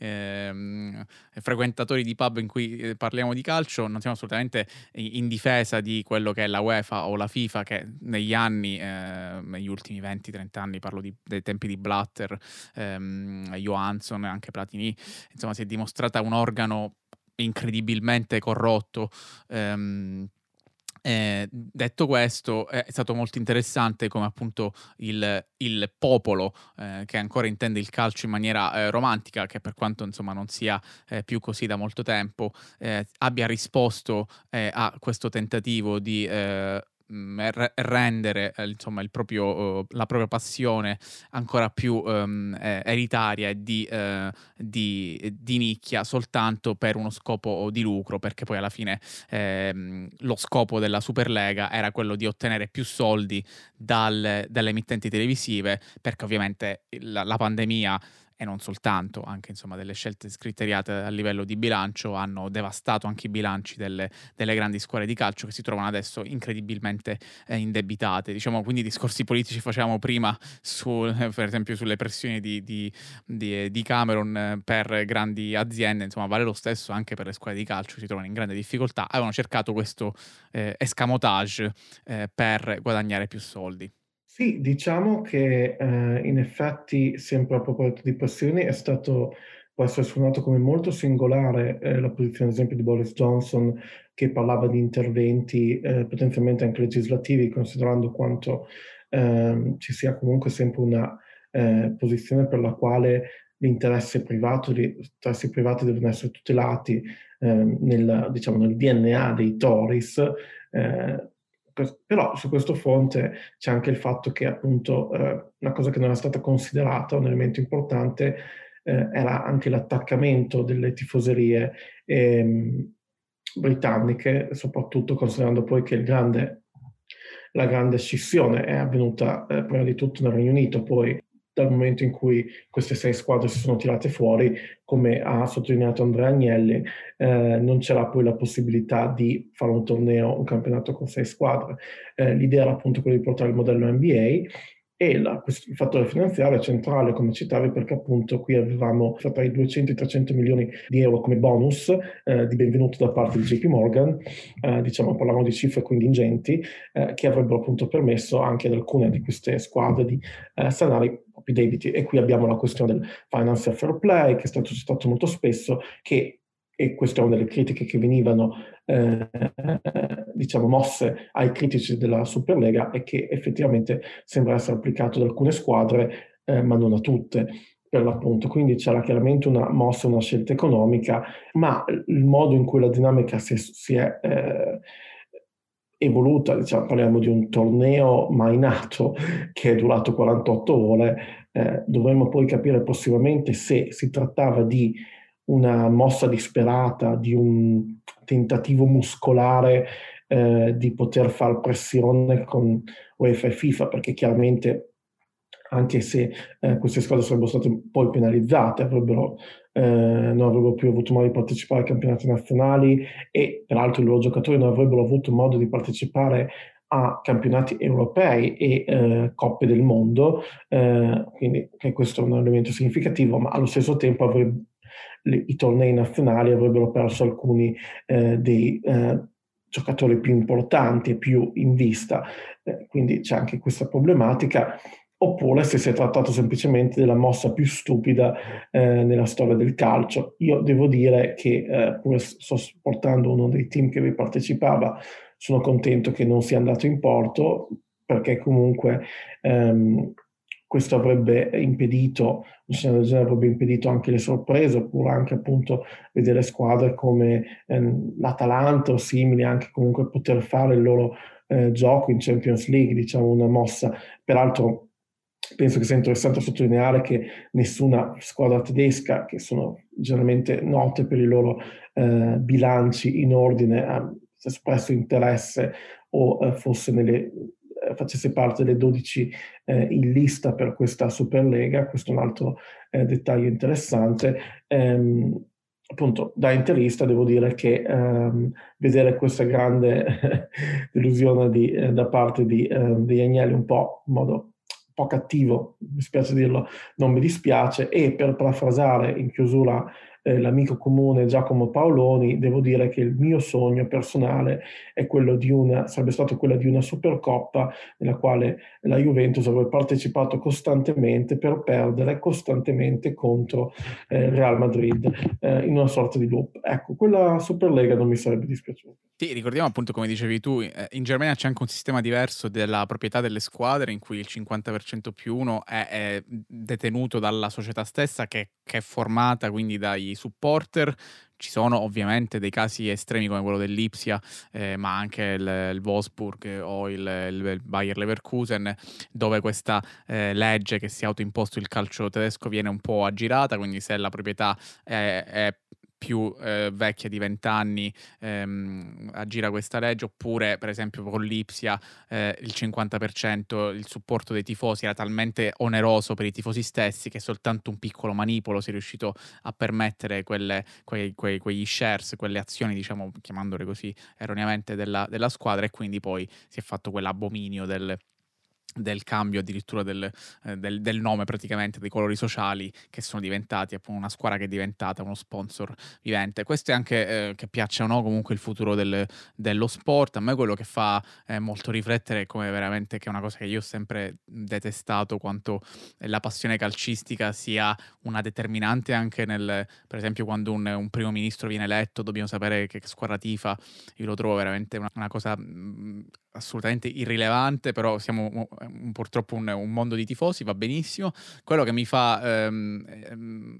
ehm, frequentatori di pub in cui eh, parliamo di calcio, non siamo assolutamente in difesa di quello che è la UEFA o la FIFA, che negli anni, eh, negli ultimi venti trenta anni, parlo di, dei tempi di Blatter, ehm, Johansson, anche Platini, insomma si è dimostrata un organo incredibilmente corrotto. ehm, eh, detto questo, è stato molto interessante come appunto il, il popolo eh, che ancora intende il calcio in maniera eh, romantica, che per quanto insomma non sia eh, più così da molto tempo, eh, abbia risposto eh, a questo tentativo di eh, mh, r- rendere eh, insomma il proprio, eh, la propria passione ancora più ehm, eh, elitaria e di, eh, di, di nicchia, soltanto per uno scopo di lucro, perché poi alla fine ehm, lo scopo della Superlega era quello di ottenere più soldi dal, dalle emittenti televisive, perché ovviamente la, la pandemia e non soltanto, anche insomma delle scelte scriteriate a livello di bilancio hanno devastato anche i bilanci delle, delle grandi squadre di calcio, che si trovano adesso incredibilmente eh, indebitate. Diciamo, quindi discorsi politici facevamo prima su, per esempio sulle pressioni di, di, di, di Cameron eh, per grandi aziende, insomma vale lo stesso anche per le squadre di calcio che si trovano in grande difficoltà. Avevano cercato questo eh, escamotage eh, per guadagnare più soldi. Sì, diciamo che eh, in effetti, sempre a proposito di passioni, è stato, può essere suonato come molto singolare eh, la posizione, ad esempio, di Boris Johnson, che parlava di interventi eh, potenzialmente anche legislativi, considerando quanto ehm, ci sia comunque sempre una eh, posizione per la quale l'interesse privato, gli interessi privati devono essere tutelati ehm, nel, diciamo, nel D N A dei Tories. Eh, Però su questo fronte c'è anche il fatto che appunto eh, una cosa che non era stata considerata, un elemento importante, eh, era anche l'attaccamento delle tifoserie ehm, britanniche, soprattutto considerando poi che il grande, la grande scissione è avvenuta eh, prima di tutto nel Regno Unito, poi dal momento in cui queste sei squadre si sono tirate fuori, come ha sottolineato Andrea Agnelli, eh, non c'era poi la possibilità di fare un torneo, un campionato con sei squadre. Eh, l'idea era appunto quella di portare il modello N B A, e la, questo, il fattore finanziario è centrale, come citavi, perché appunto qui avevamo tra i duecento e i trecento milioni di euro come bonus eh, di benvenuto da parte di J P Morgan, eh, diciamo parlavamo di cifre quindi ingenti, eh, che avrebbero appunto permesso anche ad alcune di queste squadre di eh, sanare i propri debiti. E qui abbiamo la questione del financial fair play, che è stato citato molto spesso, che e queste erano delle critiche che venivano eh, diciamo mosse ai critici della Superlega, e che effettivamente sembra essere applicato da alcune squadre eh, ma non a tutte per l'appunto. Quindi c'era chiaramente una mossa, una scelta economica, ma il modo in cui la dinamica si è, si è eh, evoluta, diciamo, parliamo di un torneo mai nato che è durato quarantotto ore, eh, dovremmo poi capire possibilmente se si trattava di una mossa disperata, di un tentativo muscolare eh, di poter far pressione con UEFA e FIFA, perché chiaramente anche se eh, queste squadre sarebbero state poi penalizzate, avrebbero, eh, non avrebbero più avuto modo di partecipare ai campionati nazionali, e peraltro i loro giocatori non avrebbero avuto modo di partecipare a campionati europei e eh, coppe del mondo, eh, quindi che questo è un elemento significativo, ma allo stesso tempo avrebbe, le, i tornei nazionali avrebbero perso alcuni eh, dei eh, giocatori più importanti e più in vista, eh, quindi c'è anche questa problematica. Oppure se si è trattato semplicemente della mossa più stupida eh, nella storia del calcio. Io devo dire che eh, pur sto supportando uno dei team che vi partecipava, sono contento che non sia andato in porto, perché comunque ehm, questo avrebbe impedito, un scenario del genere avrebbe impedito anche le sorprese, oppure anche appunto vedere squadre come ehm, l'Atalanta o simili anche comunque poter fare il loro eh, gioco in Champions League, diciamo una mossa. Peraltro penso che sia interessante sottolineare che nessuna squadra tedesca, che sono generalmente note per i loro eh, bilanci in ordine, ha espresso interesse o eh, fosse nelle, eh, facesse parte delle dodici eh, in lista per questa Superlega. Questo è un altro eh, dettaglio interessante. Ehm, appunto, da interista devo dire che ehm, vedere questa grande delusione di, eh, da parte di, eh, degli Agnelli un po' in modo un po' cattivo, mi spiace dirlo, non mi dispiace, e per parafrasare in chiusura eh, l'amico comune Giacomo Paoloni, devo dire che il mio sogno personale è quello di una, sarebbe stato quello di una Supercoppa nella quale la Juventus avrebbe partecipato costantemente per perdere costantemente contro eh, il Real Madrid eh, in una sorta di loop. Ecco, quella Superlega non mi sarebbe dispiaciuta. Sì, ricordiamo appunto, come dicevi tu, eh, in Germania c'è anche un sistema diverso della proprietà delle squadre in cui il cinquanta per cento più uno è, è detenuto dalla società stessa che, che è formata quindi dai supporter. Ci sono ovviamente dei casi estremi come quello dell'Ipsia, eh, ma anche il, il Wolfsburg o il, il Bayer Leverkusen, dove questa eh, legge che si è autoimposto il calcio tedesco viene un po' aggirata, quindi se la proprietà è, è più eh, vecchia di vent'anni ehm, aggira questa legge, oppure per esempio con l'Ipsia eh, il cinquanta per cento il supporto dei tifosi era talmente oneroso per i tifosi stessi che soltanto un piccolo manipolo si è riuscito a permettere quelle, quei, quei, quegli shares, quelle azioni, diciamo, chiamandole così erroneamente, della, della squadra, e quindi poi si è fatto quell'abominio del del cambio addirittura del, eh, del, del nome, praticamente dei colori sociali, che sono diventati appunto una squadra che è diventata uno sponsor vivente. Questo è anche, eh, che piaccia o no, comunque il futuro del, dello sport. A me quello che fa eh, molto riflettere è come veramente, che è una cosa che io ho sempre detestato, quanto la passione calcistica sia una determinante anche nel, per esempio quando un, un primo ministro viene eletto dobbiamo sapere che, che squadra tifa. Io lo trovo veramente una, una cosa mh, assolutamente irrilevante, però siamo un, purtroppo un, un mondo di tifosi, va benissimo. Quello che mi fa ehm, ehm,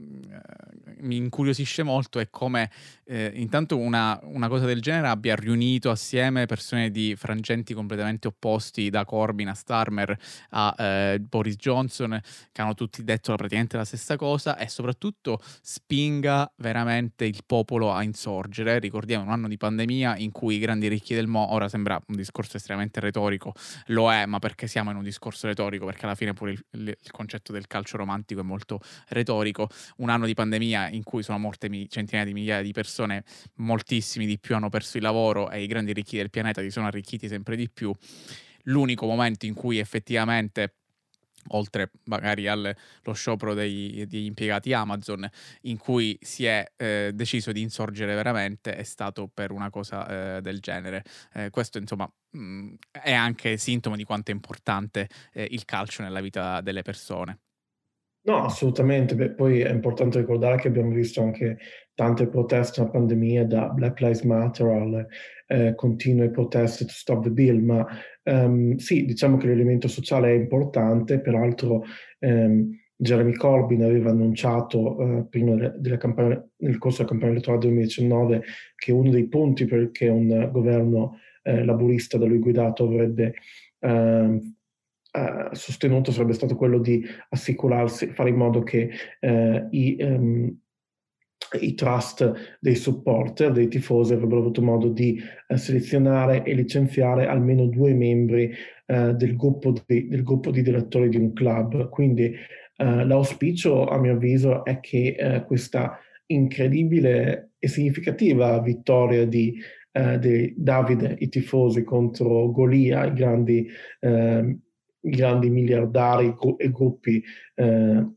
mi incuriosisce molto è come eh, intanto una, una cosa del genere abbia riunito assieme persone di frangenti completamente opposti, da Corbyn a Starmer a eh, Boris Johnson, che hanno tutti detto praticamente la stessa cosa, e soprattutto spinga veramente il popolo a insorgere. Ricordiamo un anno di pandemia in cui i grandi ricchi del mondo, ora sembra un discorso estremamente retorico, lo è, ma perché siamo in un discorso retorico? Perché alla fine pure il, il, il concetto del calcio romantico è molto retorico. Un anno di pandemia in cui sono morte mi, centinaia di migliaia di persone, moltissimi di più hanno perso il lavoro e i grandi ricchi del pianeta si sono arricchiti sempre di più. L'unico momento in cui effettivamente, oltre magari allo sciopero dei, degli impiegati Amazon, in cui si è eh, deciso di insorgere veramente, è stato per una cosa eh, del genere. Eh, questo insomma mh, è anche sintomo di quanto è importante eh, il calcio nella vita delle persone. No, assolutamente. Beh, poi è importante ricordare che abbiamo visto anche tante proteste alla pandemia, da Black Lives Matter alle eh, continue proteste to stop the bill, ma ehm, sì, diciamo che l'elemento sociale è importante. Peraltro ehm, Jeremy Corbyn aveva annunciato eh, prima de- della campagna, nel corso della campagna elettorale duemiladiciannove, che uno dei punti perché un governo eh, laburista da lui guidato avrebbe ehm, Uh, sostenuto sarebbe stato quello di assicurarsi, fare in modo che uh, i, um, i trust dei supporter, dei tifosi, avrebbero avuto modo di uh, selezionare e licenziare almeno due membri uh, del, gruppo di, del gruppo di direttori di un club. Quindi uh, l'auspicio, a mio avviso, è che uh, questa incredibile e significativa vittoria di uh, di Davide, i tifosi, contro Golia, i grandi uh, i grandi miliardari e gruppi eh,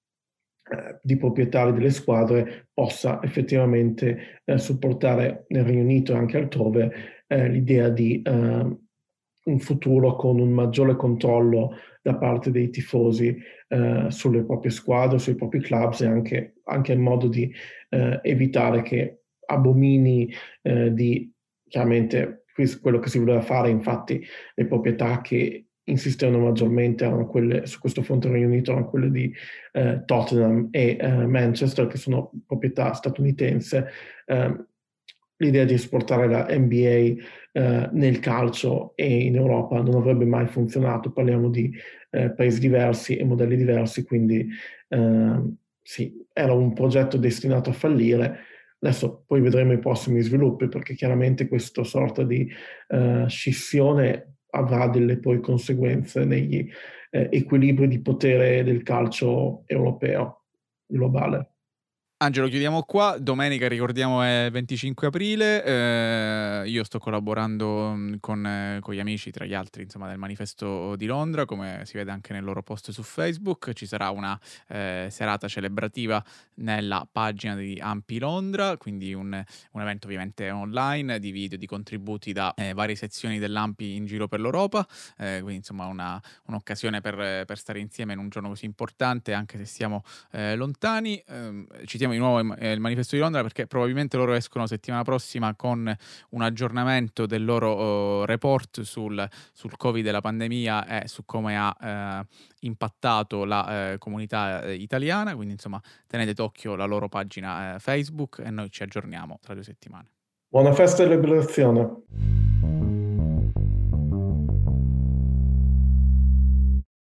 di proprietari delle squadre, possa effettivamente eh, supportare nel Regno Unito e anche altrove eh, l'idea di eh, un futuro con un maggiore controllo da parte dei tifosi eh, sulle proprie squadre, sui propri clubs, e anche, anche in modo di eh, evitare che abomini eh, di, chiaramente quello che si voleva fare, infatti le proprietà che insistevano maggiormente erano quelle, su questo fronte del Regno Unito, erano quelle di eh, Tottenham e eh, Manchester, che sono proprietà statunitense. Eh, l'idea di esportare la N B A eh, nel calcio e in Europa non avrebbe mai funzionato. Parliamo di eh, paesi diversi e modelli diversi, quindi eh, sì, era un progetto destinato a fallire. Adesso poi vedremo i prossimi sviluppi, perché chiaramente questa sorta di eh, scissione avrà delle poi conseguenze negli eh, equilibri di potere del calcio europeo globale. Angelo, chiudiamo qua. Domenica, ricordiamo, è venticinque aprile. Eh, io sto collaborando con, eh, con gli amici, tra gli altri, insomma, del Manifesto di Londra, come si vede anche nel loro post su Facebook. Ci sarà una eh, serata celebrativa nella pagina di Ampi Londra, quindi un, un evento ovviamente online di video, di contributi da eh, varie sezioni dell'Ampi in giro per l'Europa. Eh, quindi, insomma, una, un'occasione per, per stare insieme in un giorno così importante, anche se siamo eh, lontani. Eh, citiamo di nuovo il Manifesto di Londra perché probabilmente loro escono settimana prossima con un aggiornamento del loro uh, report sul, sul Covid e la pandemia e su come ha uh, impattato la uh, comunità uh, italiana, quindi insomma tenete d'occhio la loro pagina uh, Facebook e noi ci aggiorniamo tra due settimane. Buona festa e liberazione.